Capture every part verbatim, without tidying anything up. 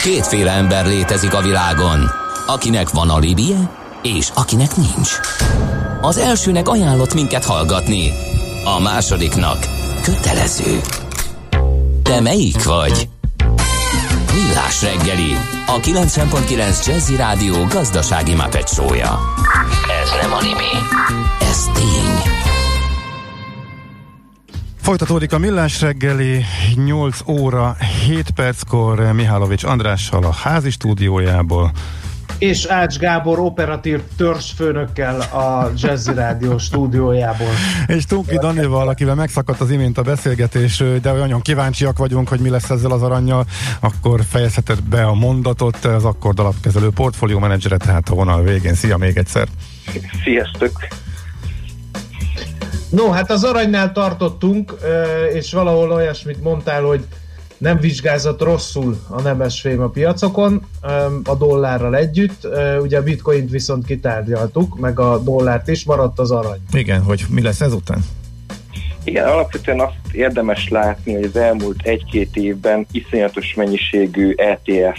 Kétféle ember létezik a világon, akinek van alibije, és akinek nincs. Az elsőnek ajánlott minket hallgatni, a másodiknak kötelező. Te melyik vagy? Millás reggeli, a kilencven pont kilenc Jazzy Rádió gazdasági Muppet show-ja. Ez nem anime, ez tény. Folytatódik a Millás reggeli, nyolc óra hét perckor Mihálovics Andrással a házi stúdiójából. És Ács Gábor operatív törzsfőnökkel a Jazzy Rádió stúdiójából. És Tunki Danival, akivel megszakadt az imént a beszélgetés, de nagyon kíváncsiak vagyunk, hogy mi lesz ezzel az arannyal, akkor fejezheted be a mondatot, az Akkord alapkezelő portfólió menedzsere, tehát a vonal végén. Szia még egyszer! Sziasztok! No, hát az aranynál tartottunk, és valahol olyasmit mondtál, hogy nem vizsgázott rosszul a nemesfém a piacokon, a dollárral együtt, ugye a bitcoint viszont kitárgyaltuk, meg a dollárt is, maradt az arany. Igen, hogy mi lesz ezután? Igen, alapvetően azt érdemes látni, hogy az elmúlt egy-két évben iszonyatos mennyiségű é té ef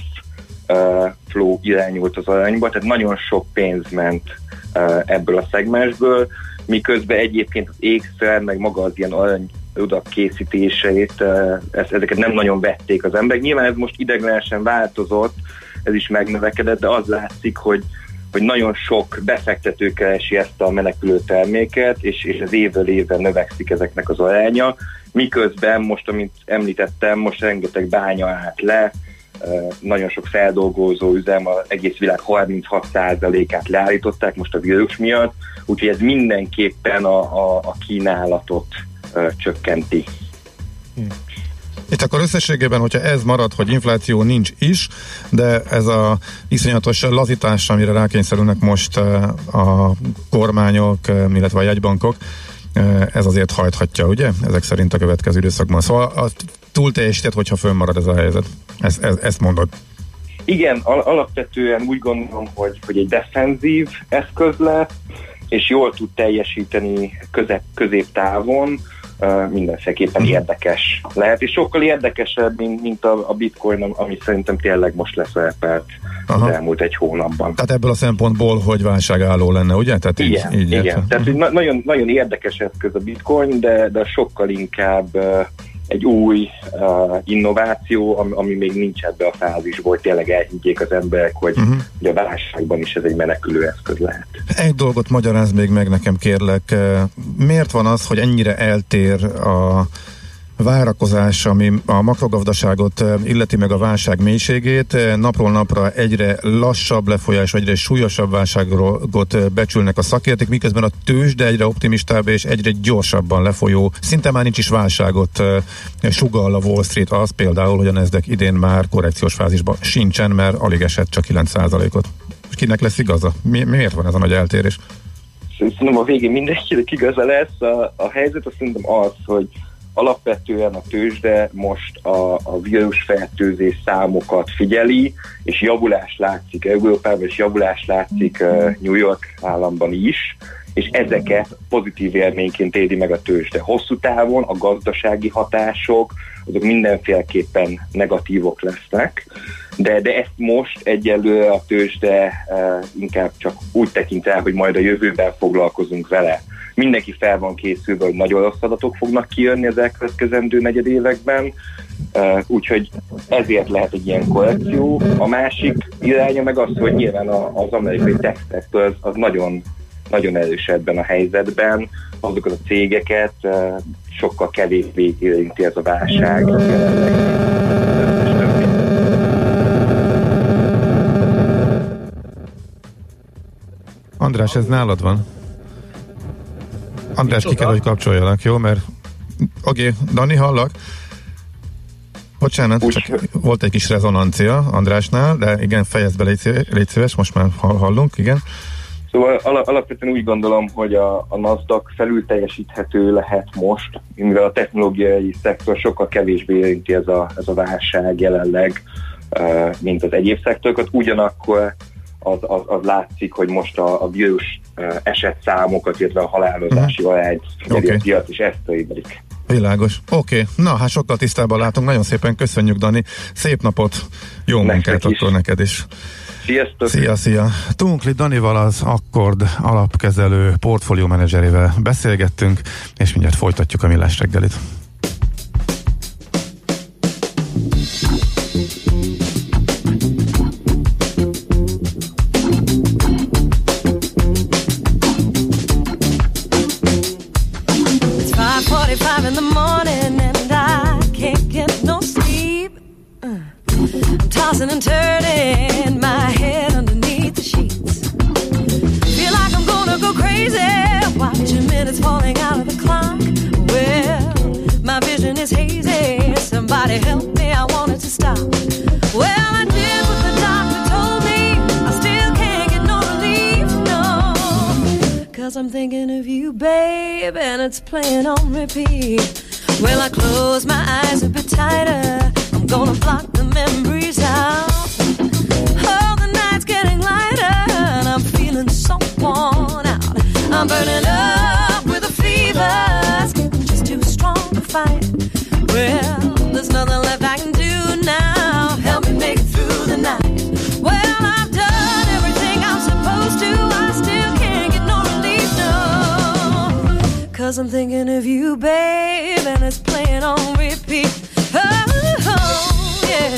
uh, flow irányult az aranyba, tehát nagyon sok pénz ment uh, ebből a szegmensből, miközben egyébként az ékszer, meg maga az ilyen arany rudak készítéseit, ezeket nem nagyon vették az emberek. Nyilván ez most ideiglenesen változott, ez is megnövekedett, de az látszik, hogy, hogy nagyon sok befektető keresi ezt a menekülő terméket, és, és az évvel évvel növekszik ezeknek az aránya. Miközben most, amit említettem, most rengeteg bánya állt le, nagyon sok feldolgozó üzem, az egész világ harminchat százalékát leállították most a vírus miatt, úgyhogy ez mindenképpen a, a, a kínálatot ö, csökkenti. Hmm. Itt akkor összességében, hogyha ez marad, hogy infláció nincs is, de ez a iszonyatos lazítás, amire rákényszerülnek most a kormányok, illetve a jegybankok, ez azért hajthatja, ugye? Ezek szerint a következő időszakban. Szóval a túl teljesített, hogyha fönnmarad ez a helyzet. Ezt, ezt, ezt mondod. Igen, al- alapvetően úgy gondolom, hogy, hogy egy defenzív eszköz lesz, és jól tud teljesíteni közep, középtávon, uh, mindenféleképpen uh-huh. érdekes lehet, és sokkal érdekesebb, mint, mint a, a bitcoin, ami szerintem tényleg most leszerepelt az elmúlt egy hónapban. Tehát ebből a szempontból, hogy válságálló lenne, ugye? Tehát igen, így, így igen. Tehát na- nagyon, nagyon érdekes eszköz a bitcoin, de, de sokkal inkább uh, egy új uh, innováció, ami, ami még nincs ebbe a fázisból, hogy tényleg elhiggyék az emberek, hogy, uh-huh. hogy a válságban is ez egy menekülő eszköz lehet. Egy dolgot magyarázz még meg nekem, kérlek. Miért van az, hogy ennyire eltér a várakozás, ami a makrogazdaságot illeti meg a válság mélységét? Napról napra egyre lassabb lefolyás, egyre súlyosabb válságot becsülnek a szakértők, miközben a tőzsde egyre optimistább és egyre gyorsabban lefolyó, szinte már nincs is válságot sugall a Wall Street. Az például, hogy a Nasdaq idén már korrekciós fázisban sincsen, mert alig esett csak kilenc százalékot. És kinek lesz igaza? Mi, miért van ez a nagy eltérés? Szerintem a végén mindenkinek igaza lesz. A, a helyzet azt szerintem az, hogy alapvetően a tőzsde most a, a vírusfertőzés számokat figyeli, és javulás látszik Európában, és javulás látszik uh, New York államban is, és ezeket pozitív élményként éli meg a tőzsde. Hosszú távon a gazdasági hatások, azok mindenféleképpen negatívok lesznek, de, de ezt most egyelőre a tőzsde uh, inkább csak úgy tekint el, hogy majd a jövőben foglalkozunk vele. Mindenki fel van készülve, hogy nagyon rossz adatok fognak kijönni az elkövetkezendő negyed években, uh, úgyhogy ezért lehet egy ilyen korrekció. A másik iránya meg az, hogy nyilván az amerikai tech szektor az, az nagyon, nagyon erős ebben a helyzetben, azokat a cégeket uh, sokkal kevésbé érinti ez a válság. András, ez nálad van? András, ki kell, hogy kapcsoljanak, jó? Mert oké, okay, Dani, hallak? Bocsánat, csak volt egy kis rezonancia Andrásnál, de igen, fejezd be, légy, légy szíves, most már hallunk, igen. Szóval alapvetően úgy gondolom, hogy a, a Nasdaq felül teljesíthető lehet most, mivel a technológiai szektor sokkal kevésbé érinti ez a, ez a válság jelenleg, mint az egyéb szektorokat. Ugyanakkor az, az, az látszik, hogy most a, a vírus eset számokat, illetve a halálozási arányt figyeli a piac, és ezt törébelik. Világos. Oké, okay. Na, hát sokkal tisztában látunk. Nagyon szépen köszönjük, Dani. Szép napot, jó munkát akkor neked is. Sziasztok! Szia, szia! Tunkli Danival, az Akkord alapkezelő portfólió menedzserével beszélgettünk, és mindjárt folytatjuk a Millás reggelit. Five in the morning and I can't get no sleep. uh, I'm tossing and turning my head underneath the sheets. Feel like I'm gonna go crazy watching minutes falling out of the clock. Well, my vision is hazy. Somebody help me, I want it to stop. Well, I did what the doctor told me. I still can't get no relief, no. Cause I'm thinking of you, babe, and it's playing on repeat. Well, I close my eyes a bit tighter. I'm gonna block the memories out. Oh, the night's getting lighter and I'm feeling so worn out. I'm burning up with a fever. It's getting just too strong to fight. Well, there's nothing left I can do now. Help me make it through the night. Well, I've done everything I'm supposed to. I still can't get no relief, no. Cause I'm thinking of you, babe, and it's playing on repeat. Oh, oh yeah.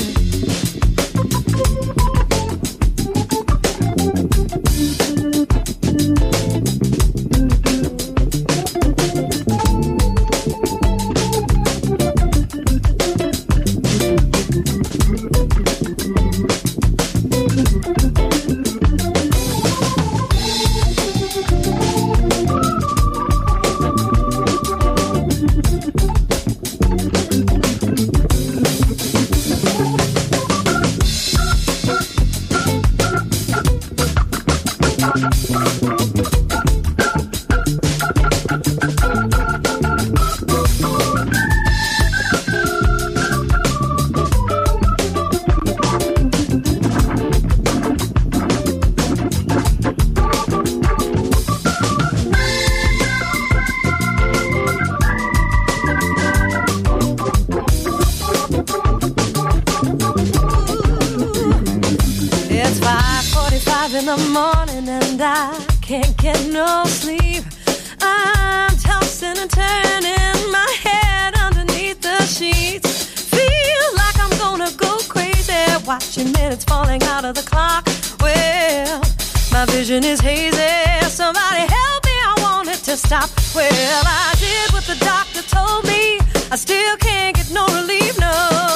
In the morning and I can't get no sleep. I'm tossing and turning my head underneath the sheets. Feel like I'm gonna go crazy watching minutes falling out of the clock. Well, my vision is hazy. Somebody help me, I want it to stop. Well, I did what the doctor told me. I still can't get no relief, no.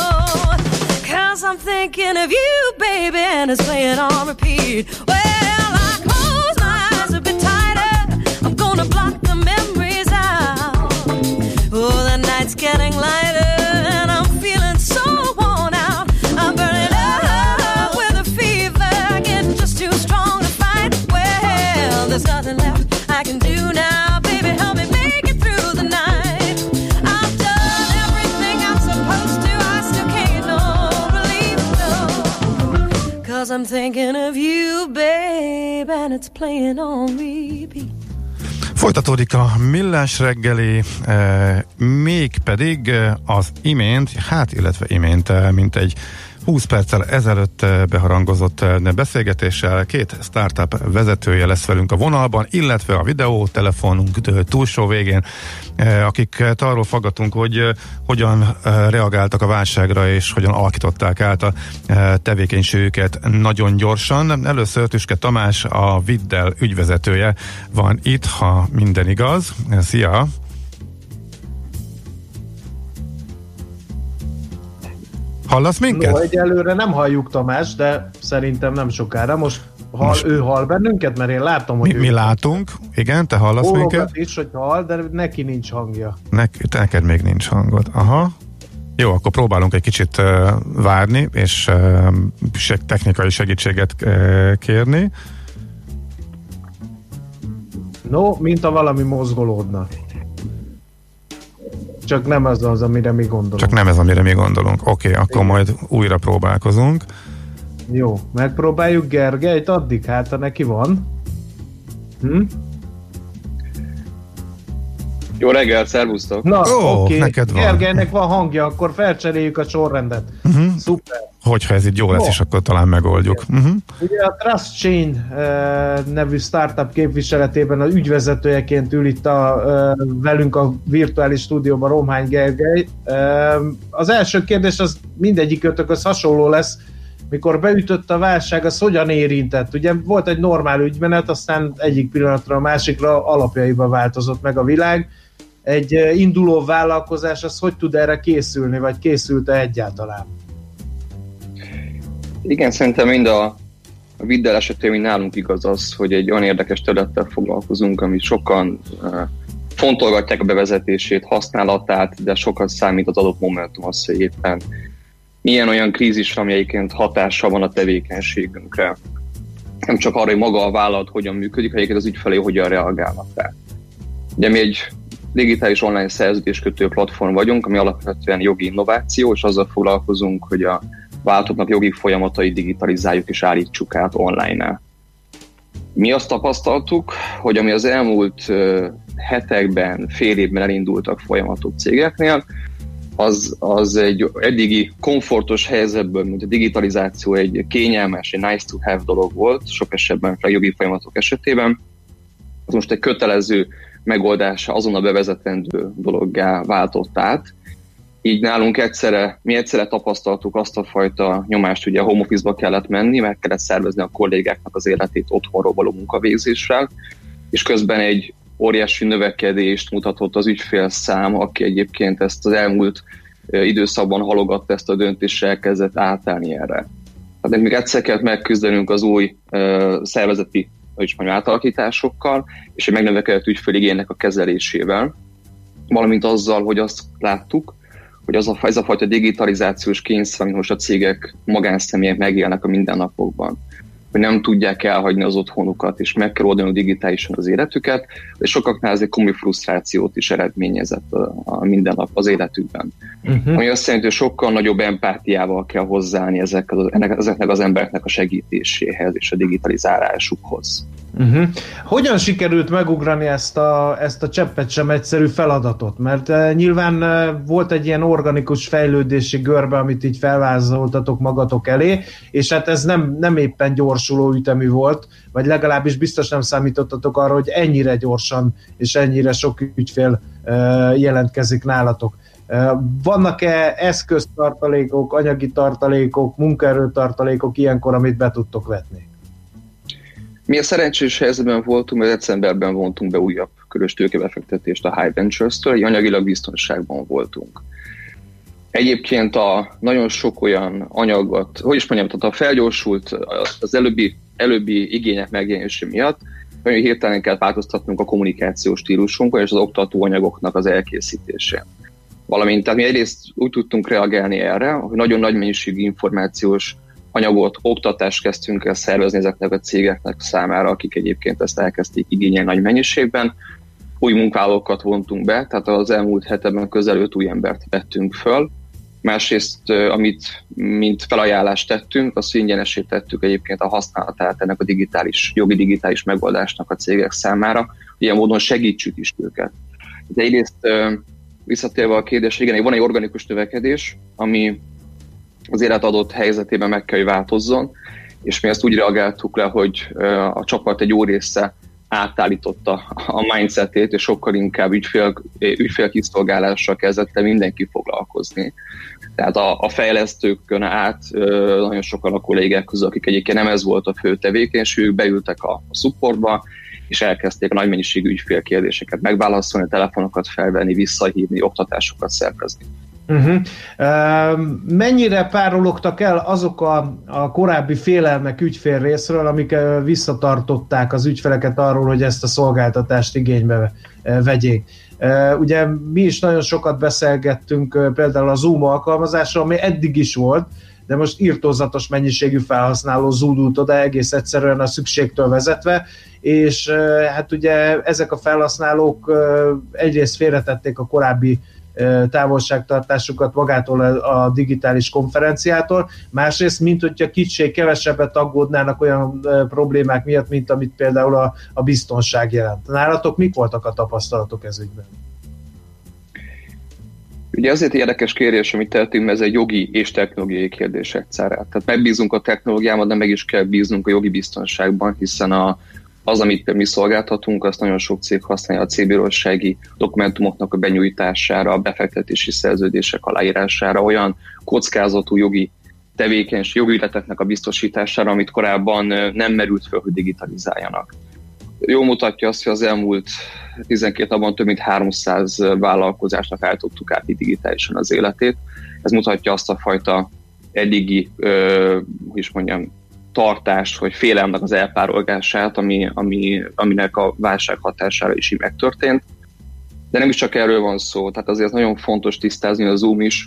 Cause I'm thinking of you, baby, and it's playing on repeat. Well, I close my eyes a bit tighter. I'm gonna block the memories out. Oh, the night's getting lighter and I'm feeling so worn out. I'm burning up with a fever, getting just too strong to fight. Well, there's nothing left I can do now. Baby, help me make it through the night. I've done everything I'm supposed to. I still can't no relief, no. Cause I'm thinking of you, babe, and it's playing on repeat. Folytatódik a Millás reggeli, e, mégpedig az imént, hát illetve imént, e, mint egy húsz perccel ezelőtt beharangozott beszélgetéssel két startup vezetője lesz velünk a vonalban, illetve a videó telefonunk túlsó végén, akiket arról faggatunk, hogy hogyan reagáltak a válságra és hogyan alakították át a tevékenységüket nagyon gyorsan. Először Tüske Tamás, a Viddel ügyvezetője van itt, ha minden igaz. Szia! Hallasz minket? No, egyelőre nem halljuk Tamás, de szerintem nem sokára. Most, hall, Most ő hall bennünket, mert én látom, hogy mi, mi látunk, igen, te hallasz Ólogat minket? is, hogy hall, de neki nincs hangja. Nek, neked még nincs hangod. Aha. Jó, akkor próbálunk egy kicsit uh, várni, és uh, seg- technikai segítséget uh, kérni. No, mint a valami mozgolódna. Csak nem ez az, amire mi gondolunk. Csak nem ez, amire mi gondolunk. Oké, okay, akkor majd újra próbálkozunk. Jó, megpróbáljuk Gergelyt addig, hát ha neki van. Hm? Jó reggel, szervusztok! Na, Ó, oké, neked van. Gergelynek van hangja, akkor felcseréljük a sorrendet. Uh-huh. Szuper. Hogyha ez így jó lesz, Jó. és akkor talán megoldjuk. Uh-huh. Ugye a Trust Chain uh, nevű startup képviseletében az ügyvezetőjeként ül itt a, uh, velünk a virtuális stúdióban Romhány Gergely. Uh, az első kérdés az mindegyikötökhöz hasonló lesz, mikor beütött a válság, az hogyan érintett? Ugye volt egy normál ügymenet, aztán egyik pillanatra a másikra alapjaiban változott meg a világ. Egy uh, induló vállalkozás az hogy tud erre készülni, vagy készült-e egyáltalán? Igen, szerintem mind a, a Viddel esetében, mint nálunk igaz az, hogy egy olyan érdekes területtel foglalkozunk, amit sokan uh, fontolgatják a bevezetését, használatát, de sokat számít az adott momentum az, hogy éppen milyen olyan krízis, ami egyébként hatással van a tevékenységünkre. Nem csak arra, hogy maga a vállalat hogyan működik, hanem egyébként az ügyfelé hogyan reagálnak rá. Ugye mi egy digitális online szerződéskötő platform vagyunk, ami alapvetően jogi innováció, és azzal foglalkozunk, hogy a vállalatoknak jogi folyamatait digitalizáljuk és állítsuk át online-nál. Mi azt tapasztaltuk, hogy ami az elmúlt uh, hetekben, fél évben elindultak folyamatok cégeknél, az, az egy eddigi komfortos helyzetből, mint a digitalizáció egy kényelmes, egy nice to have dolog volt, sok esetben a jogi folyamatok esetében. Az most egy kötelező megoldása, azonnal bevezetendő dologgá váltott át. Így nálunk egyszerre, mi egyszerre tapasztaltuk azt a fajta nyomást, ugye a home office-ba kellett menni, meg kellett szervezni a kollégáknak az életét otthonról való munkavégzéssel, és közben egy óriási növekedést mutatott az ügyfélszám, aki egyébként ezt az elmúlt időszakban halogatta ezt a döntést, elkezdett átállni erre. Tehát még egyszer kellett megküzdenünk az új uh, szervezeti is mondjam, átalakításokkal, és egy megnövekedett ügyféligénynek a kezelésével, valamint azzal, hogy azt láttuk, hogy az a, ez a fajta digitalizációs kényszer, ami most a cégek, magánszemélyek megélnek a mindennapokban, hogy nem tudják elhagyni az otthonukat, és meg kell oldani digitálisan az életüket, de sokaknál ez egy komoly frusztrációt is eredményezett a, a mindennap az életükben. Uh-huh. Ami azt jelenti, hogy sokkal nagyobb empátiával kell hozzáállni ezek az, ennek, ezeknek az embereknek a segítéséhez és a digitalizálásukhoz. Uh-huh. Hogyan sikerült megugrani ezt a, ezt a cseppet sem egyszerű feladatot? Mert uh, nyilván uh, volt egy ilyen organikus fejlődési görbe, amit így felvázoltatok magatok elé, és hát ez nem, nem éppen gyorsuló ütemű volt, vagy legalábbis biztos nem számítottatok arra, hogy ennyire gyorsan és ennyire sok ügyfél uh, jelentkezik nálatok. Uh, vannak-e eszköztartalékok, anyagi tartalékok, munkaerőtartalékok ilyenkor, amit be tudtok vetni? Mi a szerencsés helyzetben voltunk, mert decemberben vontunk be újabb körös tőkebefektetést a High Ventures-től, egy anyagilag biztonságban voltunk. Egyébként a nagyon sok olyan anyagot, hogy is mondjam, tehát a felgyorsult az előbbi, előbbi igények megjelenése miatt, nagyon hirtelen kell változtatnunk a kommunikációs stílusunkon és az oktató anyagoknak az elkészítésén. Valamint, tehát mi egyrészt úgy tudtunk reagálni erre, hogy nagyon nagy mennyiségű információs anyagot, oktatást kezdtünk el szervezni ezeknek a cégeknek számára, akik egyébként ezt elkezdték igényelni nagy mennyiségben. Új munkavállalókat vontunk be, tehát az elmúlt hetekben közel öt új embert vettünk föl. Másrészt, amit mint felajánlást tettünk, azt ingyenesé tettük egyébként a használatát ennek a digitális, jogi digitális megoldásnak a cégek számára, ilyen módon segítsük is őket. De egyrészt visszatérve a kérdésre, igen, van egy organikus növekedés, ami az élet adott helyzetében meg kell, hogy változzon, és mi ezt úgy reagáltuk le, hogy a csapat egy jó része átállította a mindsetét, és sokkal inkább ügyfél, ügyfélkiszolgálással kezdett el mindenki foglalkozni. Tehát a, a fejlesztőkön át nagyon sokan a kollégák közül, akik egyébként nem ez volt a fő tevékenységük, beültek a, a supportba, és elkezdték a nagy mennyiségű ügyfélkérdéseket megválaszolni, telefonokat felvenni, visszahívni, oktatásokat szervezni. Uh-huh. Uh, mennyire párologtak el azok a, a korábbi félelmek ügyfél részről, amik uh, visszatartották az ügyfeleket arról, hogy ezt a szolgáltatást igénybe uh, vegyék? Uh, ugye mi is nagyon sokat beszélgettünk uh, például a Zoom alkalmazásról, ami eddig is volt, de most irtózatos mennyiségű felhasználó zúdult oda egész egyszerűen a szükségtől vezetve, és uh, hát ugye ezek a felhasználók uh, egyrészt félretették a korábbi távolságtartásukat magától a digitális konferenciától, másrészt, mint hogyha kicsit kevesebbet aggódnának olyan problémák miatt, mint amit például a, a biztonság jelent. Nálatok mik voltak a tapasztalatok ez ügyben? Ugye azért érdekes kérdés, amit tehetünk, mert ez egy jogi és technológiai kérdés egyszerre. Tehát megbízunk a technológiában, de meg is kell bíznunk a jogi biztonságban, hiszen a, az, amit mi szolgáltatunk, azt nagyon sok cég használja a célbírósági dokumentumoknak a benyújtására, a befektetési szerződések aláírására, olyan kockázatú jogi tevékenység, jogi ügyleteknek a biztosítására, amit korábban nem merült fel, hogy digitalizáljanak. Jól mutatja azt, hogy az elmúlt tizenkét napban több mint háromszáz vállalkozásnak állítottuk át digitálisan az életét. Ez mutatja azt a fajta eddigi, ö, hogy is mondjam, tartást, vagy félelmnek az elpárolgását, ami, ami, aminek a válság hatására is így megtörtént. De nem is csak erről van szó, tehát azért nagyon fontos tisztázni, hogy a Zoom is,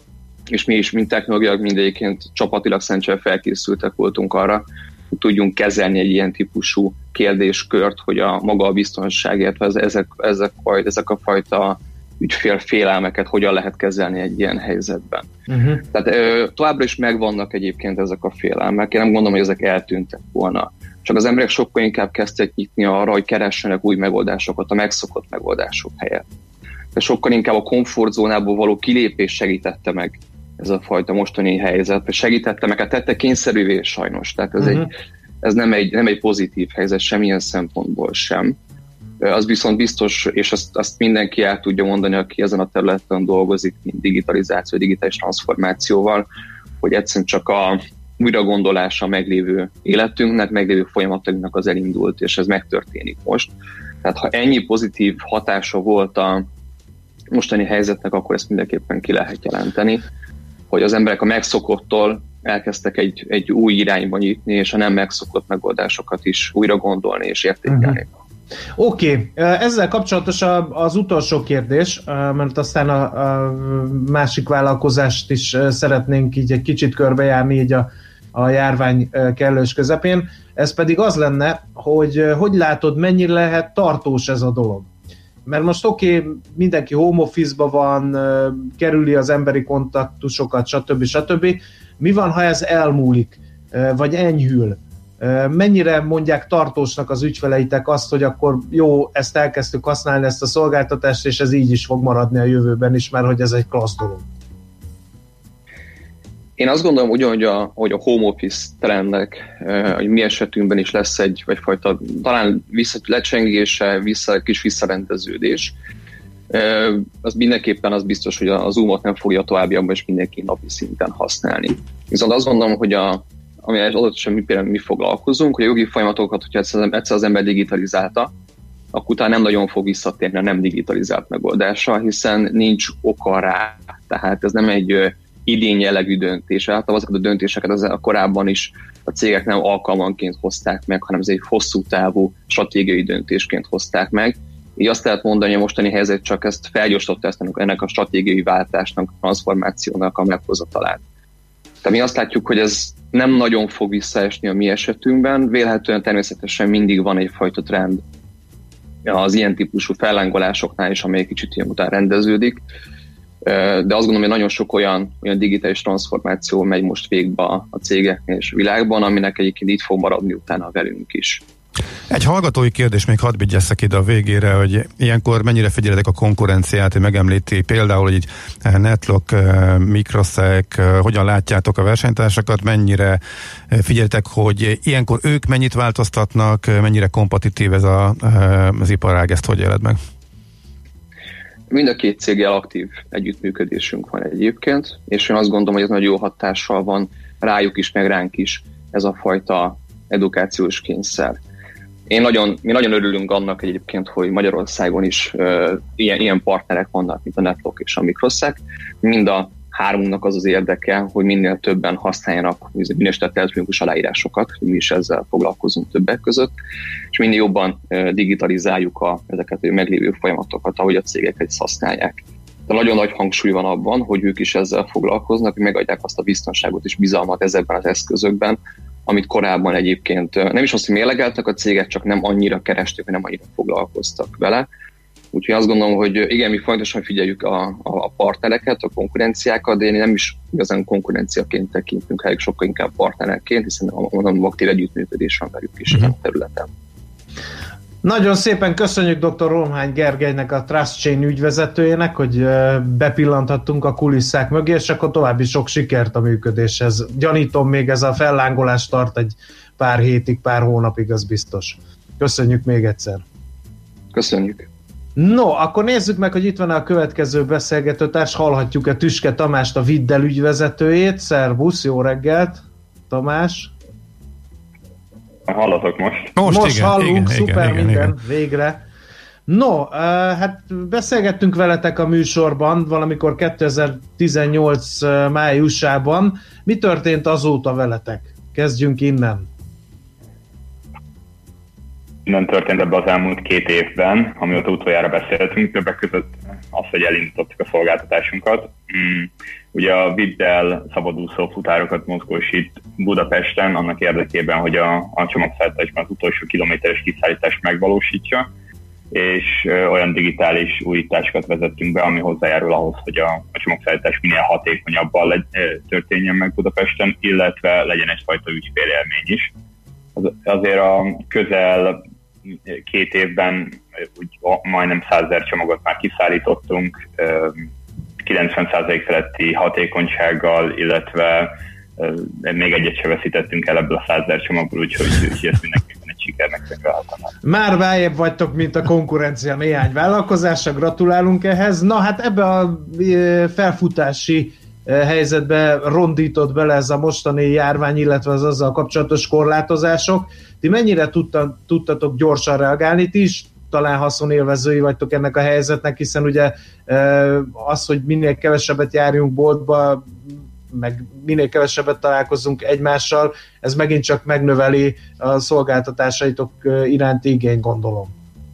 és mi is, mint technológiák mindegyiként csapatilag szerencsére felkészültek voltunk arra, hogy tudjunk kezelni egy ilyen típusú kérdéskört, hogy a maga a biztonságért, ezek, ezek, ezek a fajta ügyfél félelmeket hogyan lehet kezelni egy ilyen helyzetben. Uh-huh. Tehát ö, továbbra is megvannak egyébként ezek a félelmek. Én nem gondolom, hogy ezek eltűntek volna. Csak az emberek sokkal inkább kezdtek nyitni arra, hogy keressenek új megoldásokat a megszokott megoldások helyett. De sokkal inkább a komfortzónából való kilépés segítette meg ez a fajta mostani helyzet, vagy segítette meg, hát tette kényszerűvé sajnos. Tehát ez, uh-huh. egy, ez nem, egy, nem egy pozitív helyzet semmilyen szempontból sem. Az viszont biztos, és azt, azt mindenki el tudja mondani, aki ezen a területen dolgozik, mint digitalizáció, digitális transformációval, hogy egyszerűen csak a újragondolása a meglévő életünknek, meglévő folyamatoknak az elindult, és ez megtörténik most. Tehát ha ennyi pozitív hatása volt a mostani helyzetnek, akkor ezt mindenképpen ki lehet jelenteni, hogy az emberek a megszokottól elkezdtek egy, egy új irányba nyitni, és a nem megszokott megoldásokat is újra gondolni és értékelni. Uh-huh. Oké, okay. Ezzel kapcsolatos az utolsó kérdés, mert aztán a, a másik vállalkozást is szeretnénk így egy kicsit körbejárni így a, a járvány kellős közepén. Ez pedig az lenne, hogy hogy látod, mennyire lehet tartós ez a dolog? Mert most oké, okay, mindenki home office-ba van, kerüli az emberi kontaktusokat, stb. stb. Mi van, ha ez elmúlik, vagy enyhül? Mennyire mondják tartósnak az ügyfeleitek azt, hogy akkor jó, ezt elkezdtük használni, ezt a szolgáltatást, és ez így is fog maradni a jövőben is, mert hogy ez egy klassz dolog? Én azt gondolom ugyanúgy, a, hogy a home office trendnek, hogy mi esetünkben is lesz egy egyfajta talán vissza, lecsengése, vissza, kis visszarendeződés. Az mindenképpen az biztos, hogy a Zoomot nem fogja továbbiakban is mindenki napi szinten használni. Viszont azt gondolom, hogy a ami adatosan mi például mi foglalkozunk, hogy a jogi folyamatokat, hogyha egyszer, egyszer az ember digitalizálta, akkor utána nem nagyon fog visszatérni a nem digitalizált megoldásra, hiszen nincs oka rá. Tehát ez nem egy idén jellegű döntés. Általában azokat a döntéseket az a korábban is a cégek nem alkalmanként hozták meg, hanem ez egy hosszú távú stratégiai döntésként hozták meg. Így azt lehet mondani, hogy a mostani helyzet csak ezt felgyorsította ezt ennek a stratégiai váltásnak, a transformációnak a meghozatalát. Tehát mi azt látjuk, hogy ez nem nagyon fog visszaesni a mi esetünkben, vélhetően természetesen mindig van egyfajta trend az ilyen típusú fellángolásoknál is, amely kicsit ilyen után rendeződik, de azt gondolom, hogy nagyon sok olyan, olyan digitális transformáció megy most végbe a cégeknél és világban, aminek egyébként így fog maradni utána velünk is. Egy hallgatói kérdés még hadd vigyesszek ide a végére, hogy ilyenkor mennyire figyelitek a konkurenciát, hogy megemlíti például, hogy így Netlock, Microsec, hogyan látjátok a versenytársakat, mennyire figyelitek, hogy ilyenkor ők mennyit változtatnak, mennyire kompetitív ez a, az iparág, ezt hogy éled meg? Mind a két céggel aktív együttműködésünk van egyébként, és én azt gondolom, hogy ez nagyon jó hatással van rájuk is, meg ránk is ez a fajta edukációs kényszer. Én nagyon, mi nagyon örülünk annak egyébként, hogy Magyarországon is uh, ilyen, ilyen partnerek vannak, mint a Netlock és a Microsec. Mind a hármunknak az az érdeke, hogy minél többen használjanak minősített elektronikus aláírásokat, mi is ezzel foglalkozunk többek között, és minél jobban uh, digitalizáljuk a, ezeket a meglévő folyamatokat, ahogy a cégek ezt használják. De nagyon nagy hangsúly van abban, hogy ők is ezzel foglalkoznak, hogy megadják azt a biztonságot és bizalmat ezekben az eszközökben, amit korábban egyébként nem is azt, hogy mérlegeltek a cégek, csak nem annyira keresték, nem annyira foglalkoztak vele. Úgyhogy azt gondolom, hogy igen, mi fontosan figyeljük a, a partnereket, a konkurenciákat, de én nem is igazán konkurenciaként tekintünk, helyük sokkal inkább partnerekként, hiszen mondom, aktív együttműködés van velük is ezen a területen. Nagyon szépen köszönjük dr. Romhány Gergelynek, a Trust Chain ügyvezetőjének, hogy bepillanthattunk a kulisszák mögé, és akkor további sok sikert a működéshez. Gyanítom, még ez a fellángolás tart egy pár hétig, pár hónapig, az biztos. Köszönjük még egyszer. Köszönjük. No, akkor nézzük meg, hogy itt van a következő beszélgetőtárs. Hallhatjuk-e Tüske Tamást, a Viddel ügyvezetőjét. Szervusz, jó reggelt, Tamás. Hallatok most? Most, most igen, hallunk, igen, szuper, igen, minden, igen. végre. No, uh, hát beszélgettünk veletek a műsorban valamikor kétezer-tizennyolc uh, májusában. Mi történt azóta veletek? Kezdjünk innen. Nem történt ebben az elmúlt két évben, amióta utoljára beszéltünk, többek között az, hogy elindítottuk a szolgáltatásunkat. Mm. Ugye a Viddel szabadúszó futárokat mozgósít Budapesten annak érdekében, hogy a, a csomagszállításban az utolsó kilométeres kiszállítást megvalósítsa, és ö, olyan digitális újításokat vezettünk be, ami hozzájárul ahhoz, hogy a, a csomagszállítás minél hatékonyabban le, ö, történjen meg Budapesten, illetve legyen egyfajta ügyfélélmény is. Az, azért a közel két évben úgy majdnem százezer csomagot már kiszállítottunk, kilencven százalék feletti hatékonysággal, illetve még egyet se veszítettünk el ebből a százezer csomagból, úgyhogy, úgyhogy ezt mindenképpen egy sikernek köszönhetem. Már váljébb vagytok, mint a konkurencia néhány vállalkozása, gratulálunk ehhez. Na hát ebbe a felfutási helyzetbe rondított bele ez a mostani járvány, illetve az azzal kapcsolatos korlátozások. Ti mennyire tudta, tudtatok gyorsan reagálni? Ti is talán haszonélvezői vagytok ennek a helyzetnek, hiszen ugye az, hogy minél kevesebbet járjunk boltba, meg minél kevesebbet találkozunk egymással, ez megint csak megnöveli a szolgáltatásaitok iránti igényt, gondolom.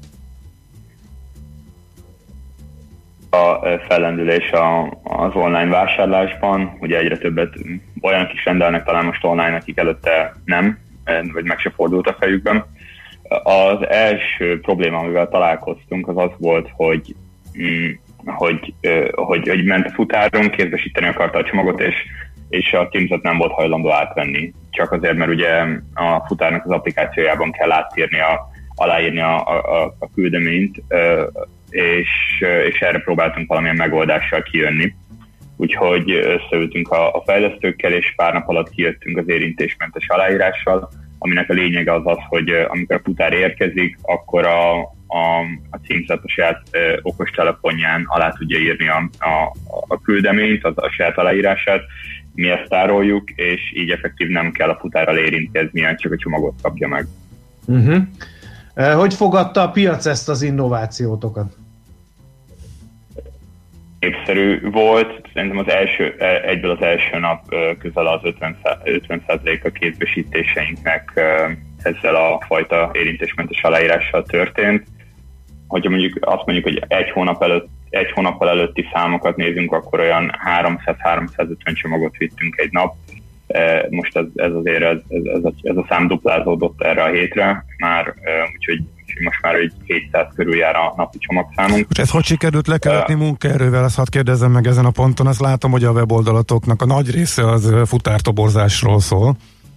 A fellendülés a, az online vásárlásban, ugye egyre többet olyanok is rendelnek talán most online, akik előtte nem, vagy meg se fordult a fejükben. Az első probléma, amivel találkoztunk, az az volt, hogy, hogy, hogy, hogy ment a futáron, kézbesíteni akarta a csomagot, és, és a Teams-ot nem volt hajlandó átvenni. Csak azért, mert ugye a futárnak az applikációjában kell átírni, a, aláírni a, a, a küldeményt, és, és erre próbáltunk valamilyen megoldással kijönni. Úgyhogy összeültünk a, a fejlesztőkkel, és pár nap alatt kijöttünk az érintésmentes aláírással, aminek a lényege az az, hogy amikor a futár érkezik, akkor a, a, a címzet a saját ö, okostelefonján alá tudja írni a, a, a küldeményt, az, a saját aláírását, mi ezt tároljuk, és így effektív nem kell a futárral érintkeznie, csak a csomagot kapja meg. Uh-huh. Hogy fogadta a piac ezt az innovációtokat? Népszerű volt, szerintem az első, egyből az első nap közel az ötven százalék a kézbesítéseinknek ezzel a fajta érintésmentes aláírással történt. Hogyha mondjuk azt mondjuk, hogy egy hónap előtt, egy hónappal előtti számokat nézünk, akkor olyan háromszáz-háromszázötven csomagot vittünk egy nap. Most ez, ez azért ez, ez, a, ez a szám duplázódott erre a hétre már, úgyhogy most már egy hétszáz körül jár a napi csomagszámunk. És ez hogy sikerült lekeretni uh, munkaerővel? Azt hadd kérdezzem meg ezen a ponton. Azt látom, hogy a weboldalatoknak a nagy része az futártoborzásról szól.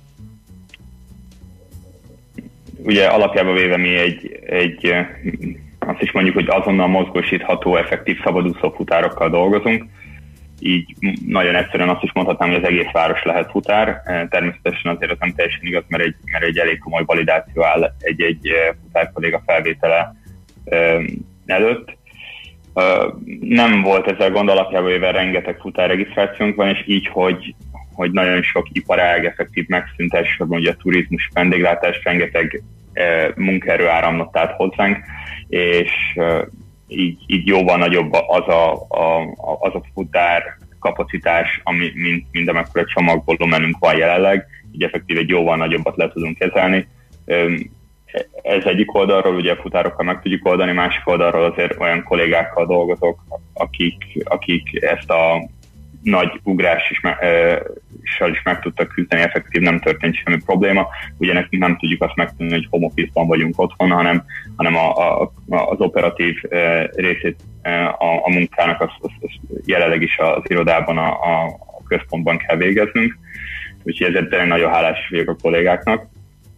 Ugye alapjában véve mi egy, egy azt is mondjuk, hogy azonnal mozgósítható, effektív szabadúszó futárokkal dolgozunk. Így nagyon egyszerűen azt is mondhatnám, hogy az egész város lehet futár. Természetesen azért az nem teljesen igaz, mert egy, mert egy elég komoly validáció áll egy-egy futárkolléga felvétele előtt. Nem volt ezzel gond, alapjában véve rengeteg futárregisztrációnk van, és így, hogy, hogy nagyon sok iparág effektív megszűnt, elsősorban ugye a turizmus, vendéglátás, rengeteg munkaerő áramlott át hozzánk, és Így, így jóval nagyobb az a, a, az a futár kapacitás, ami, mint, mint amekkora csomagvolumenünk van jelenleg, így effektív egy jóval nagyobbat le tudunk kezelni. Ez egyik oldalról, ugye a futárokkal meg tudjuk oldani, másik oldalról azért olyan kollégákkal dolgozok, akik, akik ezt a nagy ugrás is, uh, is meg tudtak küzdeni, effektív nem történt semmi probléma. Ugye nekünk nem tudjuk azt megtenni, hogy home office-ban vagyunk otthon, hanem, hanem a, a, az operatív uh, részét uh, a, a munkának az, az, az jelenleg is az irodában, a, a központban kell végeznünk. Úgyhogy ezért tényleg nagyon hálás vagyok a kollégáknak.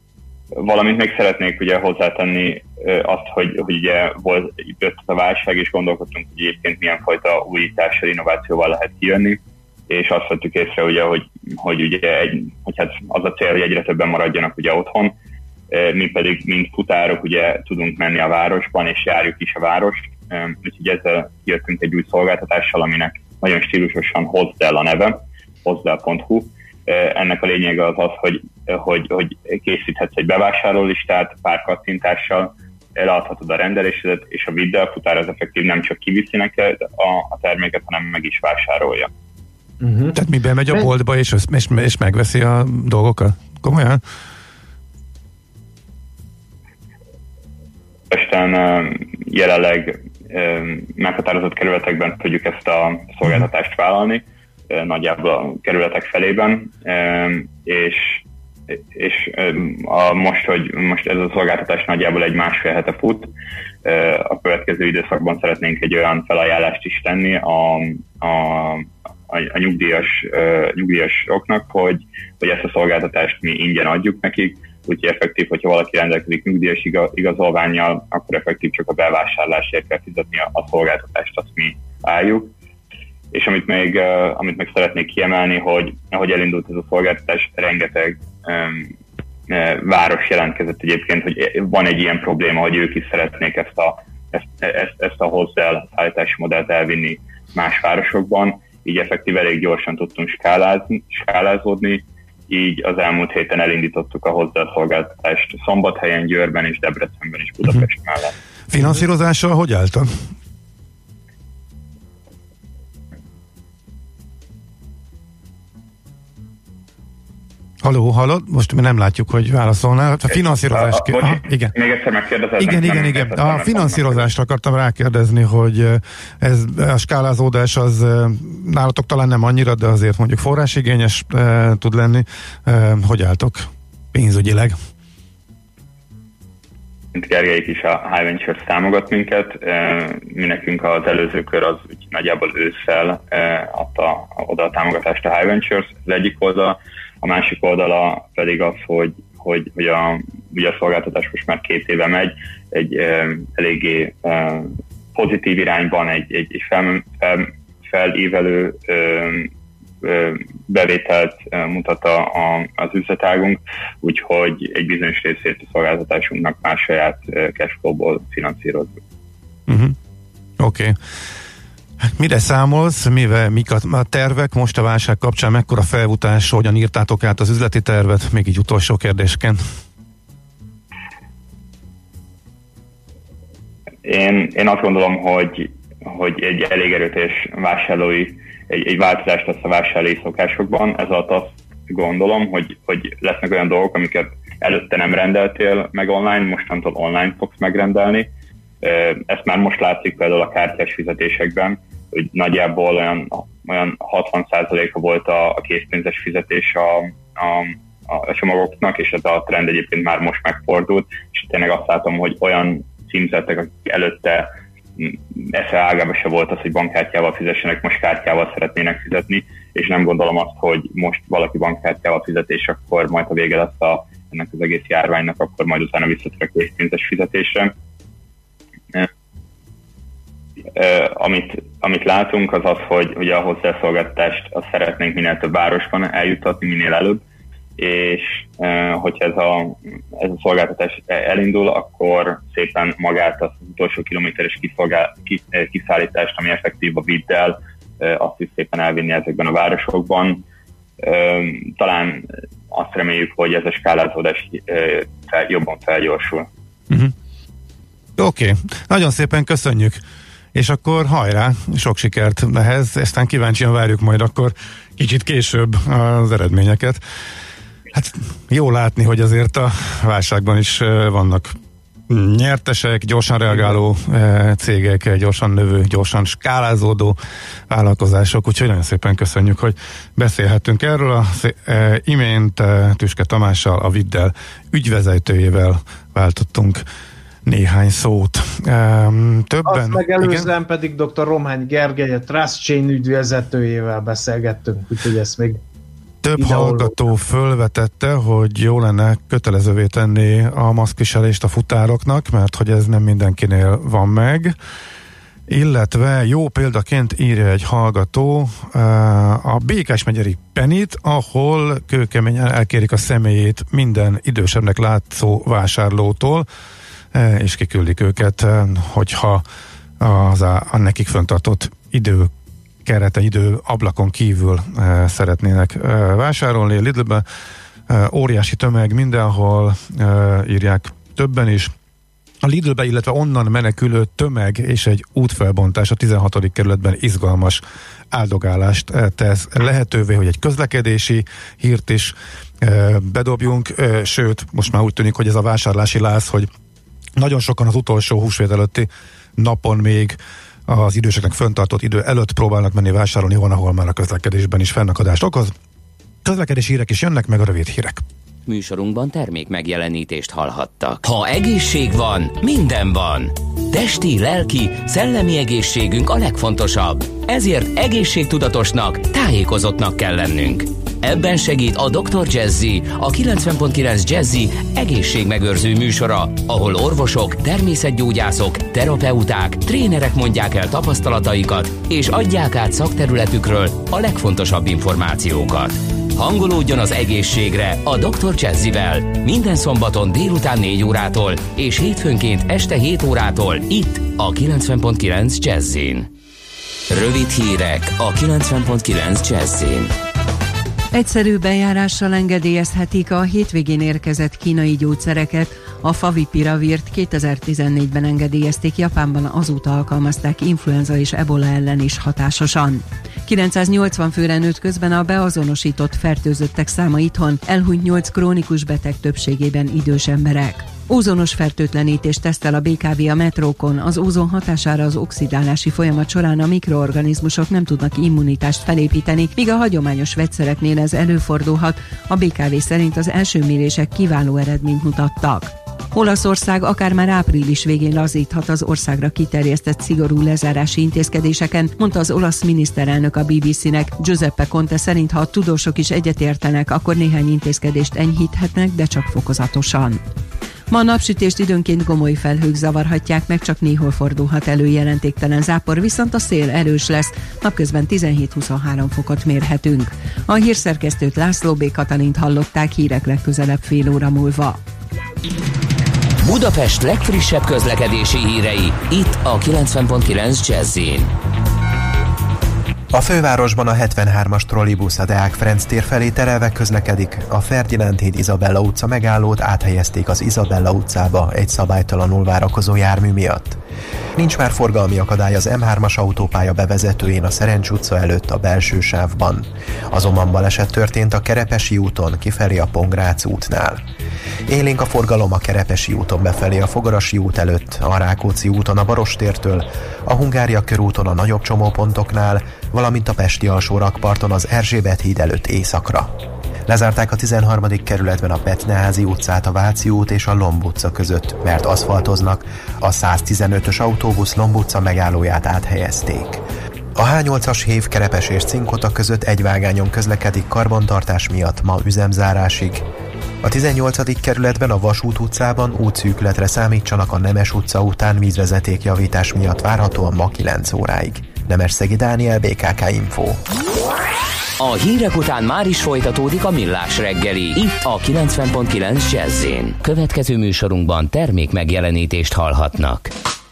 Valamint még szeretnék ugye hozzátenni azt, hogy, hogy ugye volt, jött a válság, és gondolkodtunk, hogy egyébként milyen fajta újítással, innovációval lehet kijönni, és azt vettük észre, ugye, hogy, hogy, ugye egy, hogy hát az a cél, hogy egyre többen maradjanak ugye otthon, mi pedig, mint futárok, ugye tudunk menni a városban, és járjuk is a várost, úgyhogy ezzel jöttünk egy új szolgáltatással, aminek nagyon stílusosan Hozdel a neve, hozdel pont hu. Ennek a lényege az az, hogy, hogy, hogy készíthetsz egy bevásárlólistát pár kattintással, leadhatod a rendelésedet, és a vidd el futár az effektív nem csak kiviszi neked a, a terméket, hanem meg is vásárolja. Uh-huh. Tehát mi bemegy a boltba, és, és, és megveszi a dolgokat? Komolyan? Pesten jelenleg meghatározott kerületekben tudjuk ezt a szolgáltatást vállalni, nagyjából a kerületek felében, és, és a, most, hogy most ez a szolgáltatás nagyjából egy másfél hete fut, a következő időszakban szeretnénk egy olyan felajánlást is tenni a, a, a, a nyugdíjas, nyugdíjasoknak, hogy, hogy ezt a szolgáltatást mi ingyen adjuk nekik, úgyhogy effektív, hogyha valaki rendelkezik nyugdíjas igazolvánnyal, akkor effektív csak a bevásárlásért kell fizetni a, a szolgáltatást, azt mi álljuk. És amit még, uh, amit még szeretnék kiemelni, hogy ahogy elindult ez a szolgáltatás, rengeteg um, uh, város jelentkezett egyébként, hogy van egy ilyen probléma, hogy ők is szeretnék ezt a, ezt, ezt, ezt a Hozdel szállítási modellt elvinni más városokban, így effektív elég gyorsan tudtunk skálázni, skálázódni, így az elmúlt héten elindítottuk a Hozdel szolgáltatást Szombathelyen, Győrben és Debrecenben és Budapest uh-huh. mellett. Finanszírozással hogy álltak? Halló, hallod? Most mi nem látjuk, hogy válaszolnál. A finanszírozás... A, a, Aha, igen. Még egyszer megkérdezed? Igen, igen, igen. A finanszírozást akartam rákérdezni, hogy ez a skálázódás az nálatok talán nem annyira, de azért mondjuk forrásigényes e, tud lenni. E, hogy álltok pénzügyileg? Mint Gergelyik is, a High Ventures támogat minket. Mi nekünk az előző kör az úgy nagyjából ősszel adta oda a támogatást a High Ventures, az egyik oldal. A másik oldala pedig az, hogy, hogy, hogy a, ugye a szolgáltatás most már két éve megy, egy e, eléggé e, pozitív irányban, egy, egy, egy fel, fel, felívelő e, e, bevételt e, mutat a, a, az üzletágunk, úgyhogy egy bizonyos részét a szolgáltatásunknak már saját e, cashflow-ból finanszírozunk. Uh-huh. Oké. Okay. Mire számolsz, mivel, mik a, a tervek most a válság kapcsán, mekkora felfutás, hogyan írtátok át az üzleti tervet, még így utolsó kérdésként? Én, én azt gondolom, hogy, hogy egy elég erőteljes vásárlói, egy, egy változás lesz a vásárlói szokásokban, ez alatt azt gondolom, hogy, hogy lesznek olyan dolgok, amiket előtte nem rendeltél meg online, mostantól online fogsz megrendelni. Ezt már most látszik például a kártyás fizetésekben, hogy nagyjából olyan, olyan hatvan százaléka volt a, a készpénzes fizetés a, a, a csomagoknak, és ez a trend egyébként már most megfordult, és tényleg azt látom, hogy olyan címzettek, akik előtte esze ágában se volt az, hogy bankkártyával fizessenek, most kártyával szeretnének fizetni, és nem gondolom azt, hogy most valaki bankkártyával fizet, és akkor majd a vége lesz a, ennek az egész járványnak, akkor majd utána visszatér a készpénzes fizetésre. Uh, amit, amit látunk, az az, hogy, hogy a hozzászolgáltatást azt szeretnénk minél több városban eljuttatni, minél előbb, és uh, hogyha ez a, ez a szolgáltatás elindul, akkor szépen magát az utolsó kilométeres kiszállítást, ami effektív a viddel, uh, azt is szépen elvinni ezekben a városokban. Uh, talán azt reméljük, hogy ez a skálázódás uh, fel, jobban felgyorsul. Uh-huh. Oké, okay. Nagyon szépen köszönjük! És akkor hajrá, sok sikert ehhez, aztán kíváncsian várjuk majd akkor kicsit később az eredményeket. Hát jó látni, hogy azért a válságban is vannak nyertesek, gyorsan reagáló cégek, gyorsan növő, gyorsan skálázódó vállalkozások, úgyhogy nagyon szépen köszönjük, hogy beszélhetünk erről. Az imént Tüske Tamással, a Viddel ügyvezetőjével váltottunk néhány szót. Um, többen... Azt megelőzően pedig dr. Romhány Gergely, a Trust Chain ügyvezetőjével beszélgettünk, úgyhogy ezt még Több hallgató fölvetette, hogy jó lenne kötelezővé tenni a maszkviselést a futároknak, mert hogy ez nem mindenkinél van meg. Illetve jó példaként írja egy hallgató a Békás megyeri Penit, ahol kőkeményen elkérik a személyét minden idősebbnek látszó vásárlótól, és kiküldik őket, hogyha az a, a nekik föntartott idő kerete, idő ablakon kívül e, szeretnének e, vásárolni. Lidlben e, óriási tömeg mindenhol, e, írják többen is. A Lidlbe, illetve onnan menekülő tömeg és egy útfelbontás a tizenhatodik kerületben izgalmas áldogálást tesz lehetővé, hogy egy közlekedési hírt is e, bedobjunk, e, sőt, most már úgy tűnik, hogy ez a vásárlási láz, hogy nagyon sokan az utolsó húsvét előtti napon még az időseknek föntartott idő előtt próbálnak menni vásárolni, van, ahol már a közlekedésben is fennakadást okoz. Közlekedési hírek is jönnek, meg a rövid hírek. Műsorunkban termék megjelenítést hallhattak. Ha egészség van, minden van. Testi, lelki, szellemi egészségünk a legfontosabb. Ezért egészségtudatosnak, tájékozottnak kell lennünk. Ebben segít a doktor Jazzy, a kilencven pont kilenc Jazzy egészségmegőrző műsora, ahol orvosok, természetgyógyászok, terapeuták, trénerek mondják el tapasztalataikat, és adják át szakterületükről a legfontosabb információkat. Hangolódjon az egészségre a doktor Jazzyvel minden szombaton délután négy órától és hétfőnként este hét órától itt a kilencven pont kilenc Jazzyn. Rövid hírek a kilencven pont kilenc Jazzyn. Egyszerű bejárással engedélyezhetik a hétvégén érkezett kínai gyógyszereket. A Favipiravírt kétezer-tizennégyben engedélyezték, Japánban azóta alkalmazták influenza és ebola ellen is hatásosan. kilencszáznyolcvan főre nőtt közben a beazonosított fertőzöttek száma itthon, elhunyt nyolc krónikus beteg, többségében idős emberek. Ózonos fertőtlenítést tesztel a bé ká vé a metrókon. Az ózon hatására az oxidálási folyamat során a mikroorganizmusok nem tudnak immunitást felépíteni, míg a hagyományos vegyszereknél ez előfordulhat. A bé ká vé szerint az első mérések kiváló eredményt mutattak. Olaszország akár már április végén lazíthat az országra kiterjesztett szigorú lezárási intézkedéseken, mondta az olasz miniszterelnök a bé bé cé-nek. Giuseppe Conte szerint, ha a tudósok is egyetértenek, akkor néhány intézkedést enyhíthetnek, de csak fokozatosan. Ma a napsütést időnként gomoly felhők zavarhatják meg, csak néhol fordulhat elő jelentéktelen zápor, viszont a szél erős lesz, napközben tizenhét-huszonhárom fokot mérhetünk. A hírszerkesztőt, László B. Katalint hallották, hírek legközelebb fél óra múlva. Budapest legfrissebb közlekedési hírei, itt a kilencven pont kilenc Jazzyn. A fővárosban a hetvenhármas trollibusz a Deák Ferenc tér felé terelve közlekedik, a Ferdinánd híd Izabella utca megállót áthelyezték az Izabella utcába egy szabálytalanul várakozó jármű miatt. Nincs már forgalmi akadály az em hármas autópálya bevezetőjén a Szerencs utca előtt a belső sávban. Azonban baleset történt a Kerepesi úton kifelé a Pongrác útnál. Élénk a forgalom a Kerepesi úton befelé a Fogarasi út előtt, a Rákóczi úton a Barostértől, a Hungária körúton a nagyobb csomópontoknál, valamint a Pesti alsórakparton az Erzsébet híd előtt északra. Lezárták a tizenharmadik kerületben a Petneházi utcát a Váci út és a Lomb utca között, mert aszfaltoznak, a száztizenötös autóbusz Lomb utca megállóját áthelyezték. A há nyolcas hév Kerepes és Cinkota között egy vágányon közlekedik karbantartás miatt ma üzemzárásig. A tizennyolcadik kerületben a Vasút utcában útszűkületre számítsanak a Nemes utca után vízvezetékjavítás miatt várhatóan ma kilenc óráig. Nemesszegi Dániel, bé ká ká Info. A hírek után már is folytatódik a Millás reggeli, itt a kilencven pont kilenc Jazzyn. Következő műsorunkban termék megjelenítést hallhatnak.